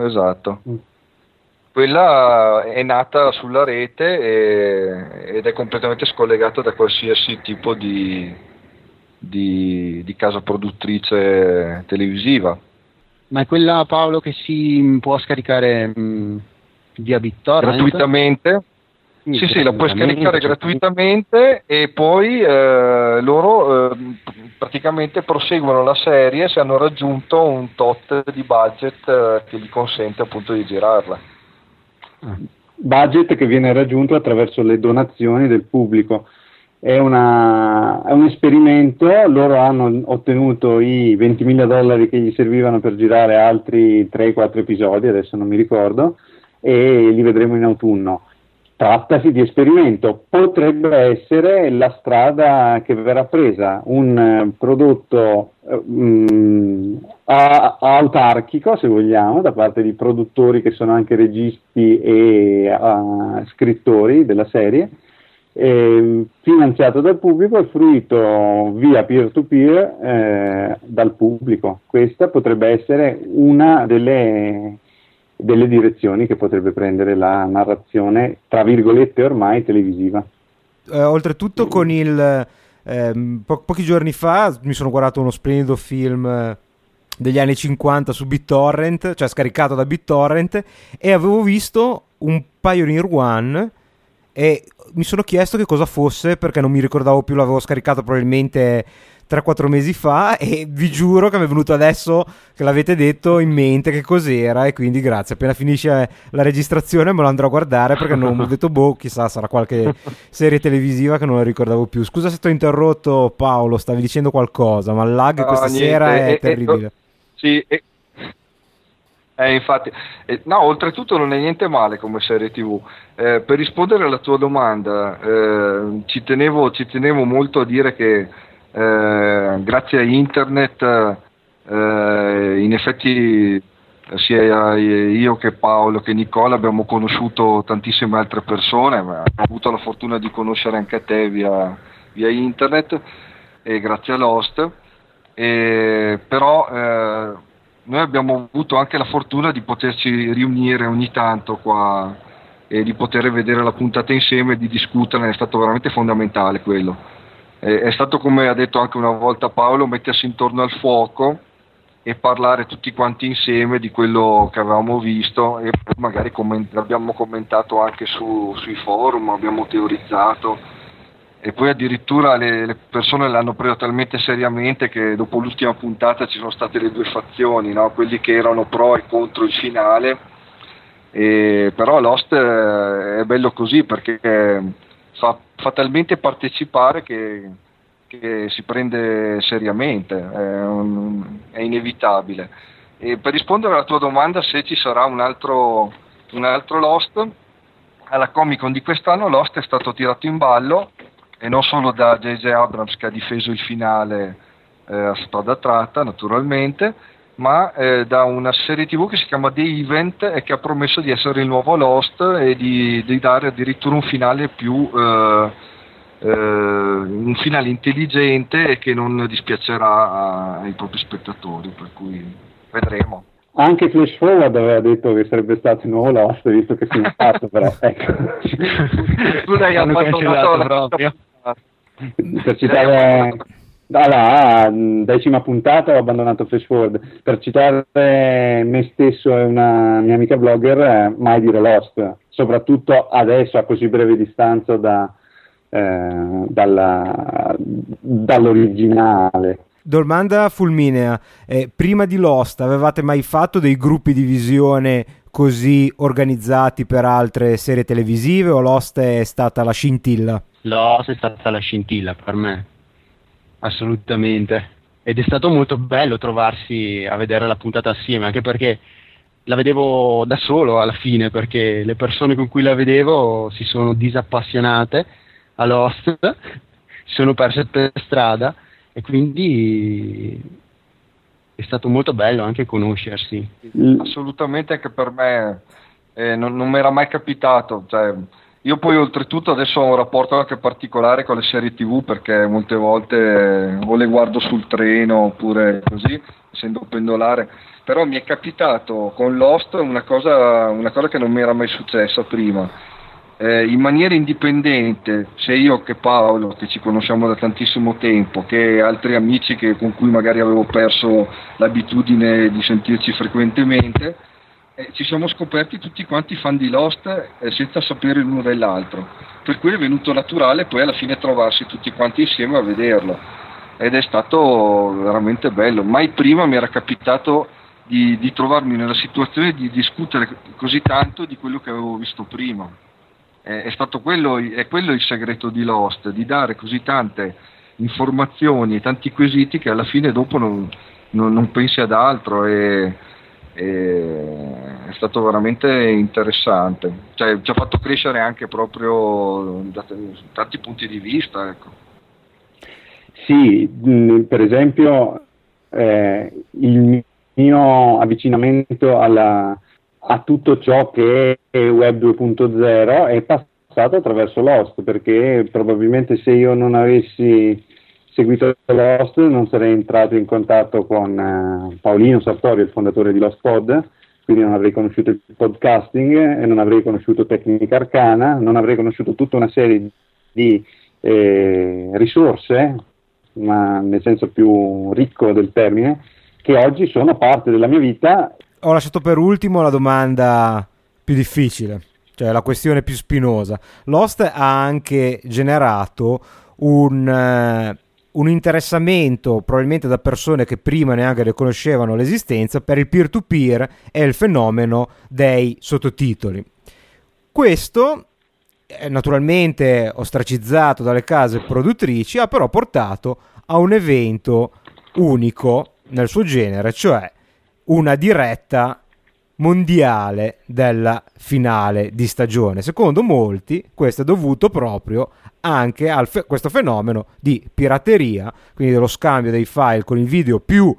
Quella è nata sulla rete ed è completamente scollegata da qualsiasi tipo di casa produttrice televisiva. Ma è quella, Paolo, che si può scaricare via BitTorrent? Gratuitamente? Sì, la puoi scaricare gratuitamente, e poi loro praticamente proseguono la serie se hanno raggiunto un tot di budget che gli consente appunto di girarla. Budget che viene raggiunto attraverso le donazioni del pubblico. È un esperimento. Loro hanno ottenuto i $20.000 che gli servivano per girare altri 3-4 episodi, adesso non mi ricordo, e li vedremo in autunno. Trattasi di esperimento, potrebbe essere la strada che verrà presa, un prodotto autarchico, se vogliamo, da parte di produttori che sono anche registi e scrittori della serie, finanziato dal pubblico e fruito via peer-to-peer dal pubblico. Questa potrebbe essere una delle direzioni che potrebbe prendere la narrazione, tra virgolette, ormai televisiva. Oltretutto con pochi giorni fa mi sono guardato uno splendido film degli anni 50 su BitTorrent, cioè scaricato da BitTorrent, e avevo visto un Pioneer One e mi sono chiesto che cosa fosse, perché non mi ricordavo più, l'avevo scaricato probabilmente 3-4 mesi fa, e vi giuro che mi è venuto adesso che l'avete detto in mente che cos'era, e quindi grazie, appena finisce la registrazione me lo andrò a guardare, perché non ho detto chissà, sarà qualche serie televisiva che non la ricordavo più. Scusa se ti ho interrotto, Paolo, stavi dicendo qualcosa, ma il lag questa sera è terribile. Sì, infatti, no, oltretutto non è niente male come serie TV. Per rispondere alla tua domanda, ci tenevo molto a dire che grazie a internet in effetti sia io che Paolo che Nicola abbiamo conosciuto tantissime altre persone, ma ho avuto la fortuna di conoscere anche te via internet e grazie a Lost, però noi abbiamo avuto anche la fortuna di poterci riunire ogni tanto qua e di poter vedere la puntata insieme e di discuterne. È stato veramente fondamentale quello. È stato, come ha detto anche una volta Paolo, mettersi intorno al fuoco e parlare tutti quanti insieme di quello che avevamo visto, e poi magari abbiamo commentato anche sui forum, abbiamo teorizzato, e poi addirittura le persone l'hanno preso talmente seriamente che dopo l'ultima puntata ci sono state le due fazioni, no? Quelli che erano pro e contro il finale, però Lost è bello così perché fa talmente partecipare che si prende seriamente, è inevitabile. E per rispondere alla tua domanda, se ci sarà un altro Lost, alla Comic Con di quest'anno Lost è stato tirato in ballo, e non solo da J.J. Abrams, che ha difeso il finale a spada tratta naturalmente, ma da una serie TV che si chiama The Event e che ha promesso di essere il nuovo Lost e di dare addirittura un finale più un finale intelligente e che non dispiacerà ai propri spettatori, per cui vedremo. Anche Flash Forward aveva detto che sarebbe stato il nuovo Lost, visto che si è fatto, però ecco. Tu l'hai abbandonato proprio. Per citare dalla 10ª puntata ho abbandonato Flash Forward. Per citare me stesso e una mia amica blogger, mai dire Lost, soprattutto adesso a così breve distanza dall'originale. Domanda fulminea, prima di Lost avevate mai fatto dei gruppi di visione così organizzati per altre serie televisive, o Lost è stata la scintilla? Lost è stata la scintilla per me, assolutamente, ed è stato molto bello trovarsi a vedere la puntata assieme, anche perché la vedevo da solo alla fine, perché le persone con cui la vedevo si sono disappassionate a Lost, si sono perse per strada, e quindi è stato molto bello anche conoscersi. Assolutamente, anche per me non mi era mai capitato, cioè, io poi oltretutto adesso ho un rapporto anche particolare con le serie TV, perché molte volte o le guardo sul treno oppure così, essendo pendolare, però mi è capitato con Lost una cosa che non mi era mai successa prima. In maniera indipendente, sia io che Paolo, che ci conosciamo da tantissimo tempo, che altri amici con cui magari avevo perso l'abitudine di sentirci frequentemente, ci siamo scoperti tutti quanti fan di Lost senza sapere l'uno dell'altro, per cui è venuto naturale poi alla fine trovarsi tutti quanti insieme a vederlo, ed è stato veramente bello. Mai prima mi era capitato di trovarmi nella situazione di discutere così tanto di quello che avevo visto prima. È quello il segreto di Lost, di dare così tante informazioni e tanti quesiti che alla fine dopo non pensi ad altro, e è stato veramente interessante, cioè ci ha fatto crescere anche proprio da tanti punti di vista, ecco. Sì, per esempio il mio avvicinamento a tutto ciò che è Web 2.0 è passato attraverso Lost, perché probabilmente se io non avessi seguito Lost non sarei entrato in contatto con Paolino Sartorio, il fondatore di Lost Pod, quindi non avrei conosciuto il podcasting e non avrei conosciuto Tecnica Arcana, non avrei conosciuto tutta una serie di risorse, ma nel senso più ricco del termine, che oggi sono parte della mia vita. Ho lasciato per ultimo la domanda più difficile, cioè la questione più spinosa. Lost ha anche generato un interessamento, probabilmente da persone che prima neanche ne conoscevano l'esistenza, per il peer-to-peer e il fenomeno dei sottotitoli. Questo, naturalmente ostracizzato dalle case produttrici, ha però portato a un evento unico nel suo genere, cioè una diretta mondiale della finale di stagione. Secondo molti questo è dovuto proprio anche a questo fenomeno di pirateria, quindi dello scambio dei file con il video più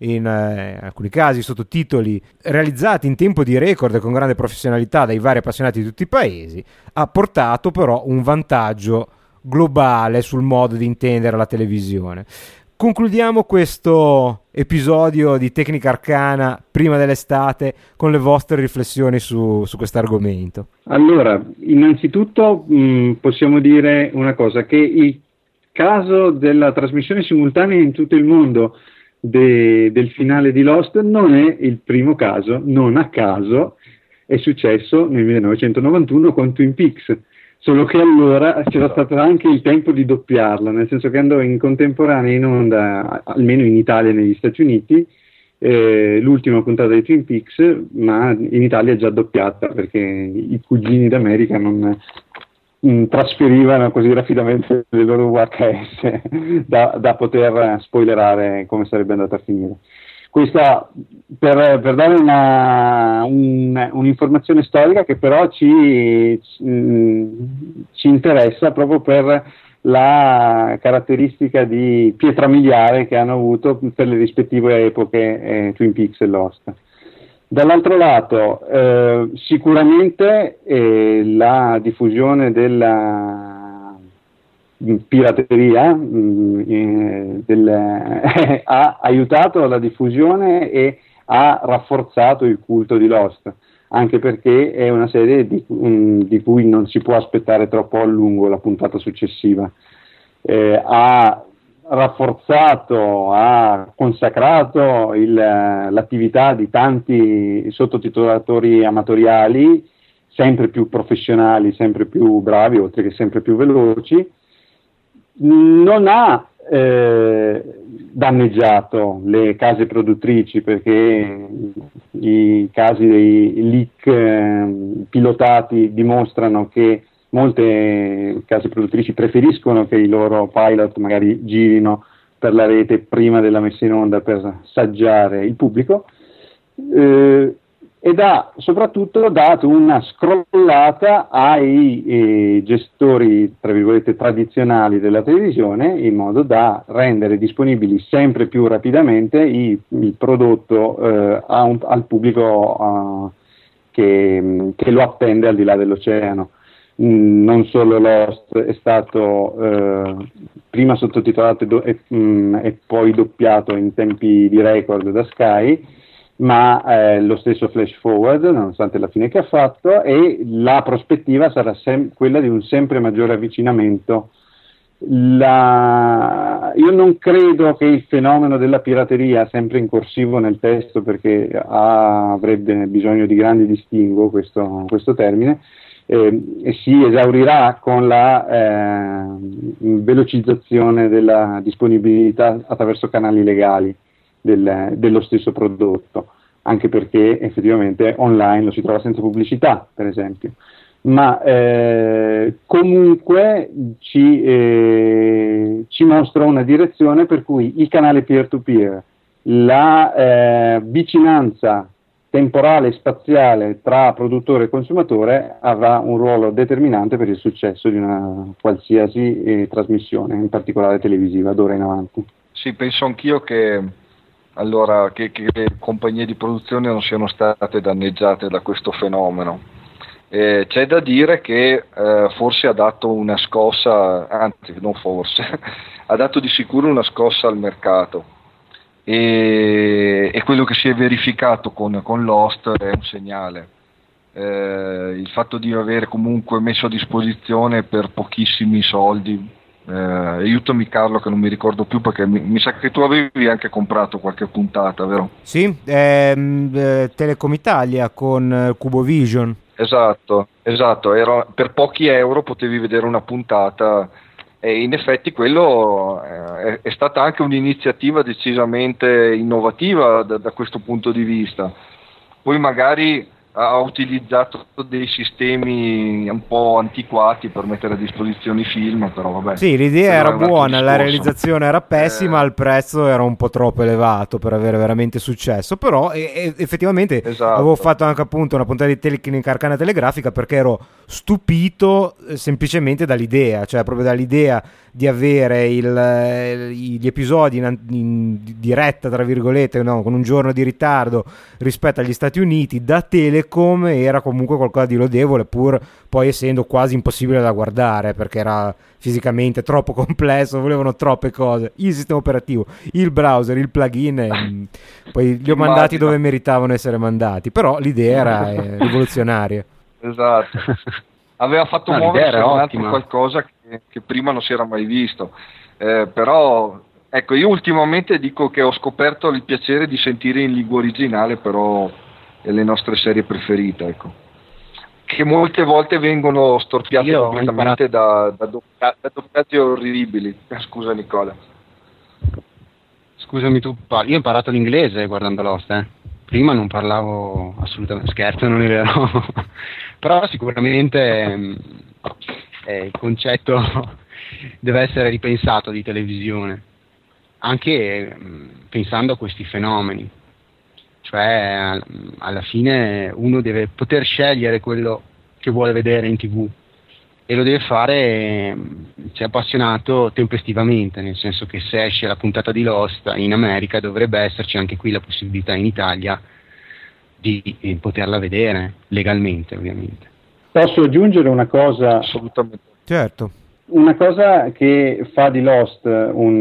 in alcuni casi sottotitoli realizzati in tempo di record e con grande professionalità dai vari appassionati di tutti i paesi, ha portato però un vantaggio globale sul modo di intendere la televisione. Concludiamo questo episodio di Tecnica Arcana prima dell'estate con le vostre riflessioni su questo argomento. Allora, innanzitutto possiamo dire una cosa, che il caso della trasmissione simultanea in tutto il mondo del finale di Lost non è il primo caso, non a caso è successo nel 1991 con Twin Peaks. Solo che allora c'era stato anche il tempo di doppiarla, nel senso che andò in contemporanea in onda, almeno in Italia e negli Stati Uniti, l'ultima puntata di Twin Peaks, ma in Italia già doppiata, perché i cugini d'America non trasferivano così rapidamente le loro VHS da poter spoilerare come sarebbe andata a finire. Questa per dare un'informazione storica che però ci interessa proprio per la caratteristica di pietra miliare che hanno avuto per le rispettive epoche Twin Peaks e Lost. Dall'altro lato, sicuramente la diffusione della pirateria ha aiutato la diffusione e ha rafforzato il culto di Lost, anche perché è una serie di cui non si può aspettare troppo a lungo la puntata successiva. Ha rafforzato, ha consacrato l'attività di tanti sottotitolatori amatoriali, sempre più professionali, sempre più bravi, oltre che sempre più veloci. Non ha danneggiato le case produttrici, perché i casi dei leak pilotati dimostrano che molte case produttrici preferiscono che i loro pilot magari girino per la rete prima della messa in onda per saggiare il pubblico, ed ha soprattutto dato una scrollata ai gestori, tra virgolette, tradizionali della televisione, in modo da rendere disponibili sempre più rapidamente il prodotto al pubblico che lo attende al di là dell'oceano. Non solo Lost è stato prima sottotitolato e poi doppiato in tempi di record da Sky, ma lo stesso Flash Forward, nonostante la fine che ha fatto, e la prospettiva sarà quella di un sempre maggiore avvicinamento. Io non credo che il fenomeno della pirateria, sempre in corsivo nel testo perché avrebbe bisogno di grandi distinguo questo termine, si esaurirà con la velocizzazione della disponibilità attraverso canali legali dello stesso prodotto, anche perché effettivamente online lo si trova senza pubblicità, per esempio. Ma comunque ci mostra una direzione per cui il canale peer-to-peer, la vicinanza temporale e spaziale tra produttore e consumatore avrà un ruolo determinante per il successo di una qualsiasi trasmissione, in particolare televisiva, d'ora in avanti. Sì, penso anch'io che le compagnie di produzione non siano state danneggiate da questo fenomeno. C'è da dire che forse ha dato una scossa, anzi non forse, ha dato di sicuro una scossa al mercato, e quello che si è verificato con Lost è un segnale. Il fatto di avere comunque messo a disposizione per pochissimi soldi, aiutami Carlo che non mi ricordo più, perché mi sa che tu avevi anche comprato qualche puntata, vero? Sì, Telecom Italia con Cubovision. Esatto, per pochi euro potevi vedere una puntata, e in effetti quello è stata anche un'iniziativa decisamente innovativa da questo punto di vista. Poi magari ha utilizzato dei sistemi un po' antiquati per mettere a disposizione i film, però vabbè. Sì, l'idea era buona, la realizzazione era pessima, il prezzo era un po' troppo elevato per avere veramente successo, però effettivamente avevo fatto anche appunto una puntata di Tecnica Arcana telegrafica perché ero stupito semplicemente dall'idea, cioè proprio dall'idea di avere gli episodi in diretta, tra virgolette, no, con un giorno di ritardo rispetto agli Stati Uniti, da Telecom era comunque qualcosa di lodevole, pur poi essendo quasi impossibile da guardare perché era fisicamente troppo complesso, volevano troppe cose, il sistema operativo, il browser, il plugin, poi li ho mandati dove meritavano essere mandati, però l'idea era rivoluzionaria. Esatto, aveva fatto muovere qualcosa che prima non si era mai visto, però ecco, io ultimamente dico che ho scoperto il piacere di sentire in lingua originale però le nostre serie preferite, ecco, che molte volte vengono storpiate completamente da doppiaggi orribili. Scusa Nicola. Scusami tu, io ho imparato l'inglese guardando Lost, prima non parlavo assolutamente, scherzo, non è vero, però sicuramente il concetto deve essere ripensato di televisione, anche pensando a questi fenomeni, cioè alla fine uno deve poter scegliere quello che vuole vedere in TV e lo deve fare, se è appassionato, tempestivamente, nel senso che se esce la puntata di Lost in America dovrebbe esserci anche qui la possibilità in Italia di poterla vedere legalmente, ovviamente. Posso aggiungere una cosa? Assolutamente. Certo. Una cosa che fa di Lost un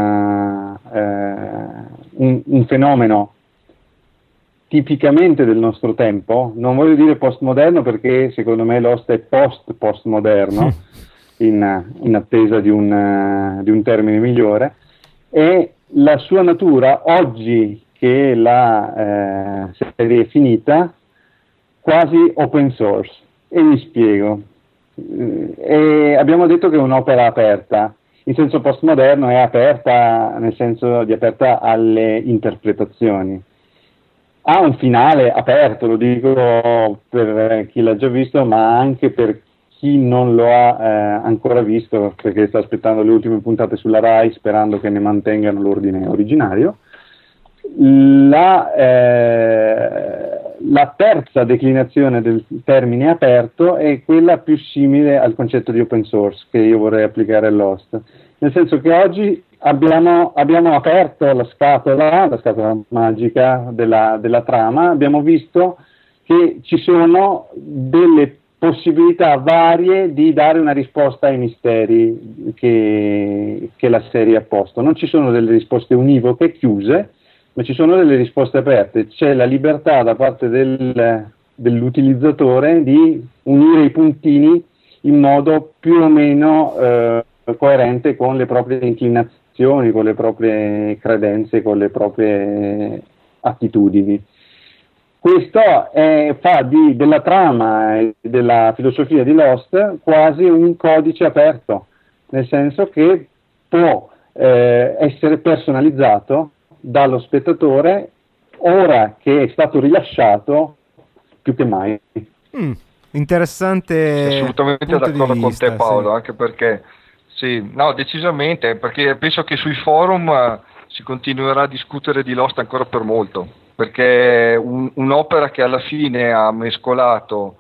fenomeno tipicamente del nostro tempo, non voglio dire postmoderno perché secondo me Lost è postmoderno, in attesa di un termine migliore, è la sua natura oggi che la serie è finita, quasi open source, e mi spiego. Abbiamo detto che è un'opera aperta, in senso postmoderno è aperta nel senso di aperta alle interpretazioni. Ha un finale aperto, lo dico per chi l'ha già visto, ma anche per chi non lo ha ancora visto, perché sta aspettando le ultime puntate sulla Rai, sperando che ne mantengano l'ordine originario. La terza declinazione del termine aperto è quella più simile al concetto di open source che io vorrei applicare a Lost, nel senso che oggi abbiamo aperto la scatola magica della trama, abbiamo visto che ci sono delle possibilità varie di dare una risposta ai misteri che la serie ha posto. Non ci sono delle risposte univoche, chiuse, ma ci sono delle risposte aperte. C'è la libertà da parte dell'utilizzatore di unire i puntini in modo più o meno coerente con le proprie inclinazioni, con le proprie credenze, con le proprie attitudini. Questo fa della trama e della filosofia di Lost quasi un codice aperto, nel senso che può essere personalizzato dallo spettatore ora che è stato rilasciato più che mai. Interessante. Assolutamente d'accordo con te, Paolo, sì. Anche perché sì, no, decisamente, perché penso che sui forum si continuerà a discutere di Lost ancora per molto, perché è un'opera che alla fine ha mescolato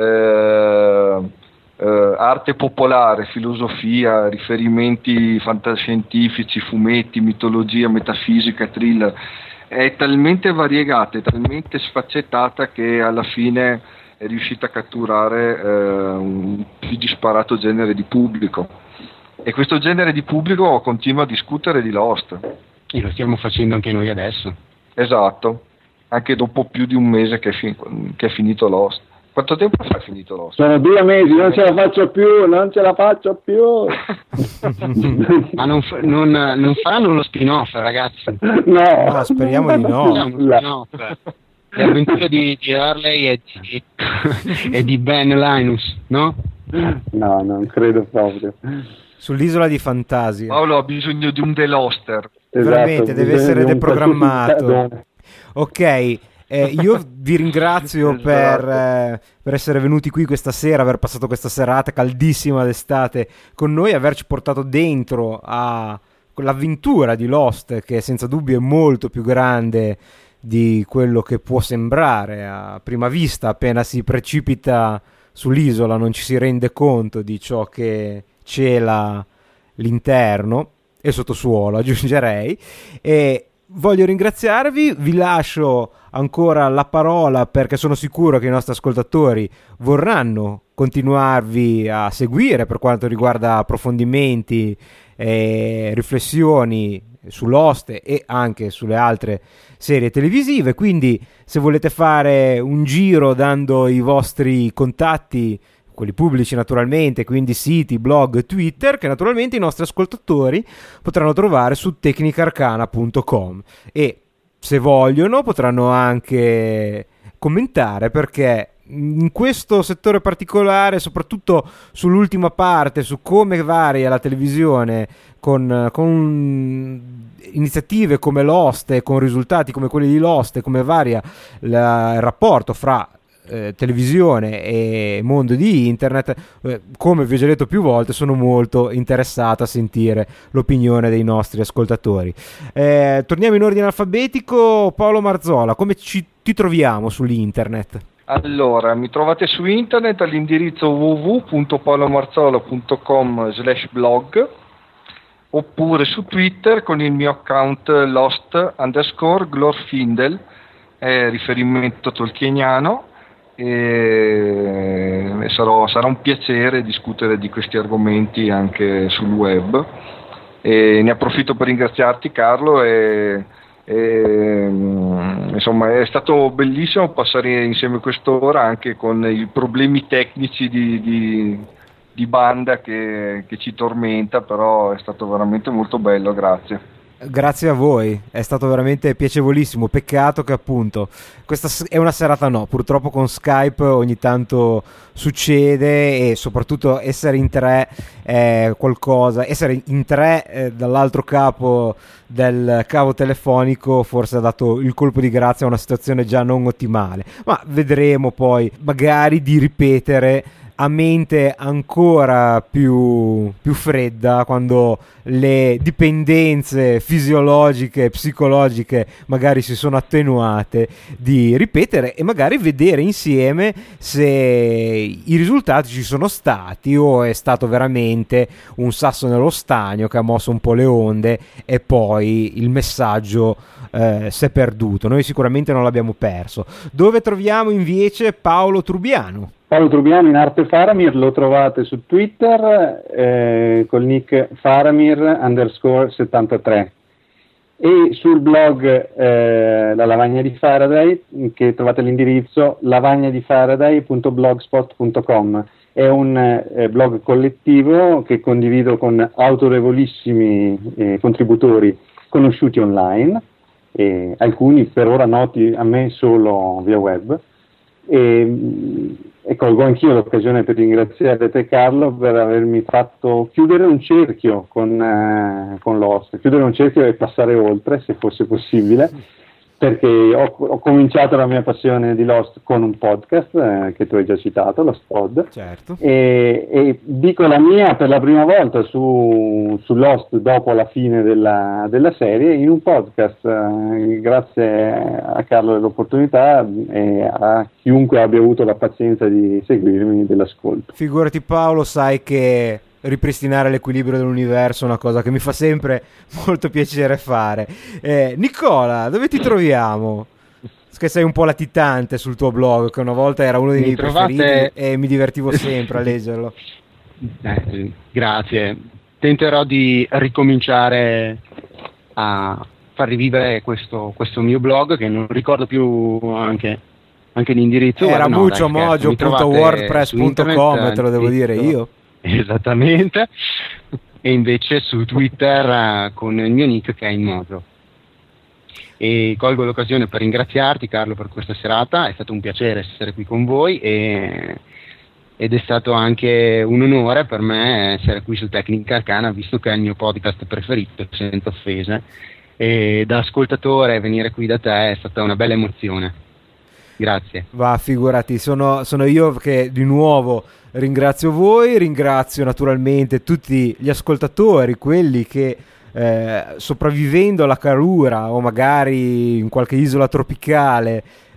arte popolare, filosofia, riferimenti fantascientifici, fumetti, mitologia, metafisica, thriller, è talmente variegata, è talmente sfaccettata che alla fine è riuscita a catturare un più disparato genere di pubblico, e questo genere di pubblico continua a discutere di Lost, e lo stiamo facendo anche noi adesso. Esatto, anche dopo più di un mese che è finito Lost. Quanto tempo fa è finito Lost? Sono 2 mesi, non ce la faccio più. Ma non faranno lo spin-off, ragazzi? No, speriamo di no. Le avventure di Harley e di Ben Linus, no? No, non credo proprio. Sull'isola di fantasia. Paolo ha bisogno di un The Loster. Veramente, deve essere deprogrammato. Ok. Io vi ringrazio per essere venuti qui questa sera, aver passato questa serata caldissima d'estate con noi, averci portato dentro a l'avventura di Lost, che senza dubbio è molto più grande di quello che può sembrare a prima vista. Appena si precipita sull'isola non ci si rende conto di ciò che cela l'interno e il sottosuolo, aggiungerei. E voglio ringraziarvi, vi lascio ancora la parola perché sono sicuro che i nostri ascoltatori vorranno continuarvi a seguire per quanto riguarda approfondimenti e riflessioni sull'Host e anche sulle altre serie televisive. Quindi se volete fare un giro dando i vostri contatti, quelli pubblici naturalmente, quindi siti, blog, Twitter, che naturalmente i nostri ascoltatori potranno trovare su tecnicarcana.com, e se vogliono potranno anche commentare, perché in questo settore particolare, soprattutto sull'ultima parte, su come varia la televisione con iniziative come Lost e con risultati come quelli di Lost, e come varia il rapporto fra televisione e mondo di internet, come vi ho già detto più volte, sono molto interessato a sentire l'opinione dei nostri ascoltatori. Torniamo in ordine alfabetico. Paolo Marzola, come ti troviamo sull'internet? Allora, mi trovate su internet all'indirizzo www.paolomarzolo.com/blog, oppure su Twitter con il mio account Lost_Glorfindel, riferimento tolkieniano, e sarà un piacere discutere di questi argomenti anche sul web. E ne approfitto per ringraziarti, Carlo, insomma è stato bellissimo passare insieme quest'ora, anche con i problemi tecnici di banda che ci tormenta, però è stato veramente molto bello, grazie. Grazie a voi, è stato veramente piacevolissimo. Peccato che appunto questa è una serata, no, purtroppo con Skype ogni tanto succede, e soprattutto essere in tre è qualcosa, essere in tre dall'altro capo del cavo telefonico forse ha dato il colpo di grazia a una situazione già non ottimale, ma vedremo poi magari di ripetere a mente ancora più fredda, quando le dipendenze fisiologiche e psicologiche magari si sono attenuate, di ripetere e magari vedere insieme se i risultati ci sono stati o è stato veramente un sasso nello stagno che ha mosso un po' le onde e poi il messaggio si è perduto. Noi sicuramente non l'abbiamo perso. Dove troviamo invece Paolo Trubiano? Paolo Trubiano in arte Faramir lo trovate su Twitter col nick Faramir_73, e sul blog La Lavagna di Faraday, che trovate l'indirizzo lavagnadifaraday.blogspot.com. È un blog collettivo che condivido con autorevolissimi contributori conosciuti online, alcuni per ora noti a me solo via web. E colgo anch'io l'occasione per ringraziare te, Carlo, per avermi fatto chiudere un cerchio con Lost, chiudere un cerchio e passare oltre, se fosse possibile, perché ho cominciato la mia passione di Lost con un podcast che tu hai già citato, Lost Pod, certo. E dico la mia per la prima volta su Lost dopo la fine della serie in un podcast, grazie a Carlo dell'opportunità e a chiunque abbia avuto la pazienza di seguirmi dell'ascolto. Figurati Paolo, sai che ripristinare l'equilibrio dell'universo è una cosa che mi fa sempre molto piacere fare. Nicola, dove ti troviamo? Che sei un po' latitante sul tuo blog, che una volta era uno dei miei preferiti e mi divertivo sempre a leggerlo. Grazie, tenterò di ricominciare a far rivivere questo mio blog, che non ricordo più anche l'indirizzo. Era muciomojo.wordpress.com, te lo devo dire io. Esattamente. E invece su Twitter con il mio nick che è Inmojo. E colgo l'occasione per ringraziarti, Carlo, per questa serata. È stato un piacere essere qui con voi ed è stato anche un onore per me essere qui su Tecnica Arcana, visto che è il mio podcast preferito, senza offese, e da ascoltatore venire qui da te è stata una bella emozione. Grazie. Va, figurati, sono io che di nuovo ringrazio voi, ringrazio naturalmente tutti gli ascoltatori, quelli che sopravvivendo alla calura o magari in qualche isola tropicale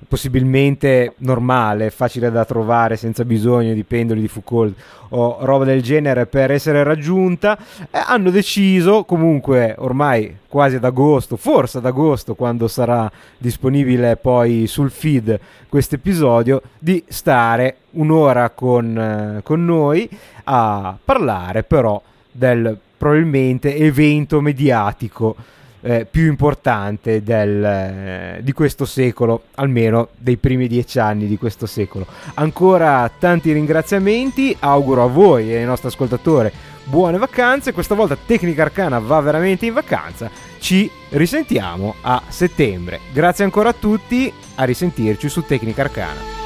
possibilmente normale, facile da trovare senza bisogno di pendoli di Foucault o roba del genere per essere raggiunta, hanno deciso comunque ormai quasi ad agosto, forse ad agosto quando sarà disponibile poi sul feed questo episodio, di stare un'ora con noi a parlare però del probabilmente evento mediatico più importante di questo secolo, almeno dei primi 10 anni di questo secolo. Ancora tanti ringraziamenti, auguro a voi e ai nostri ascoltatori buone vacanze. Questa volta Tecnica Arcana va veramente in vacanza. Ci risentiamo a settembre. Grazie ancora a tutti, a risentirci su Tecnica Arcana.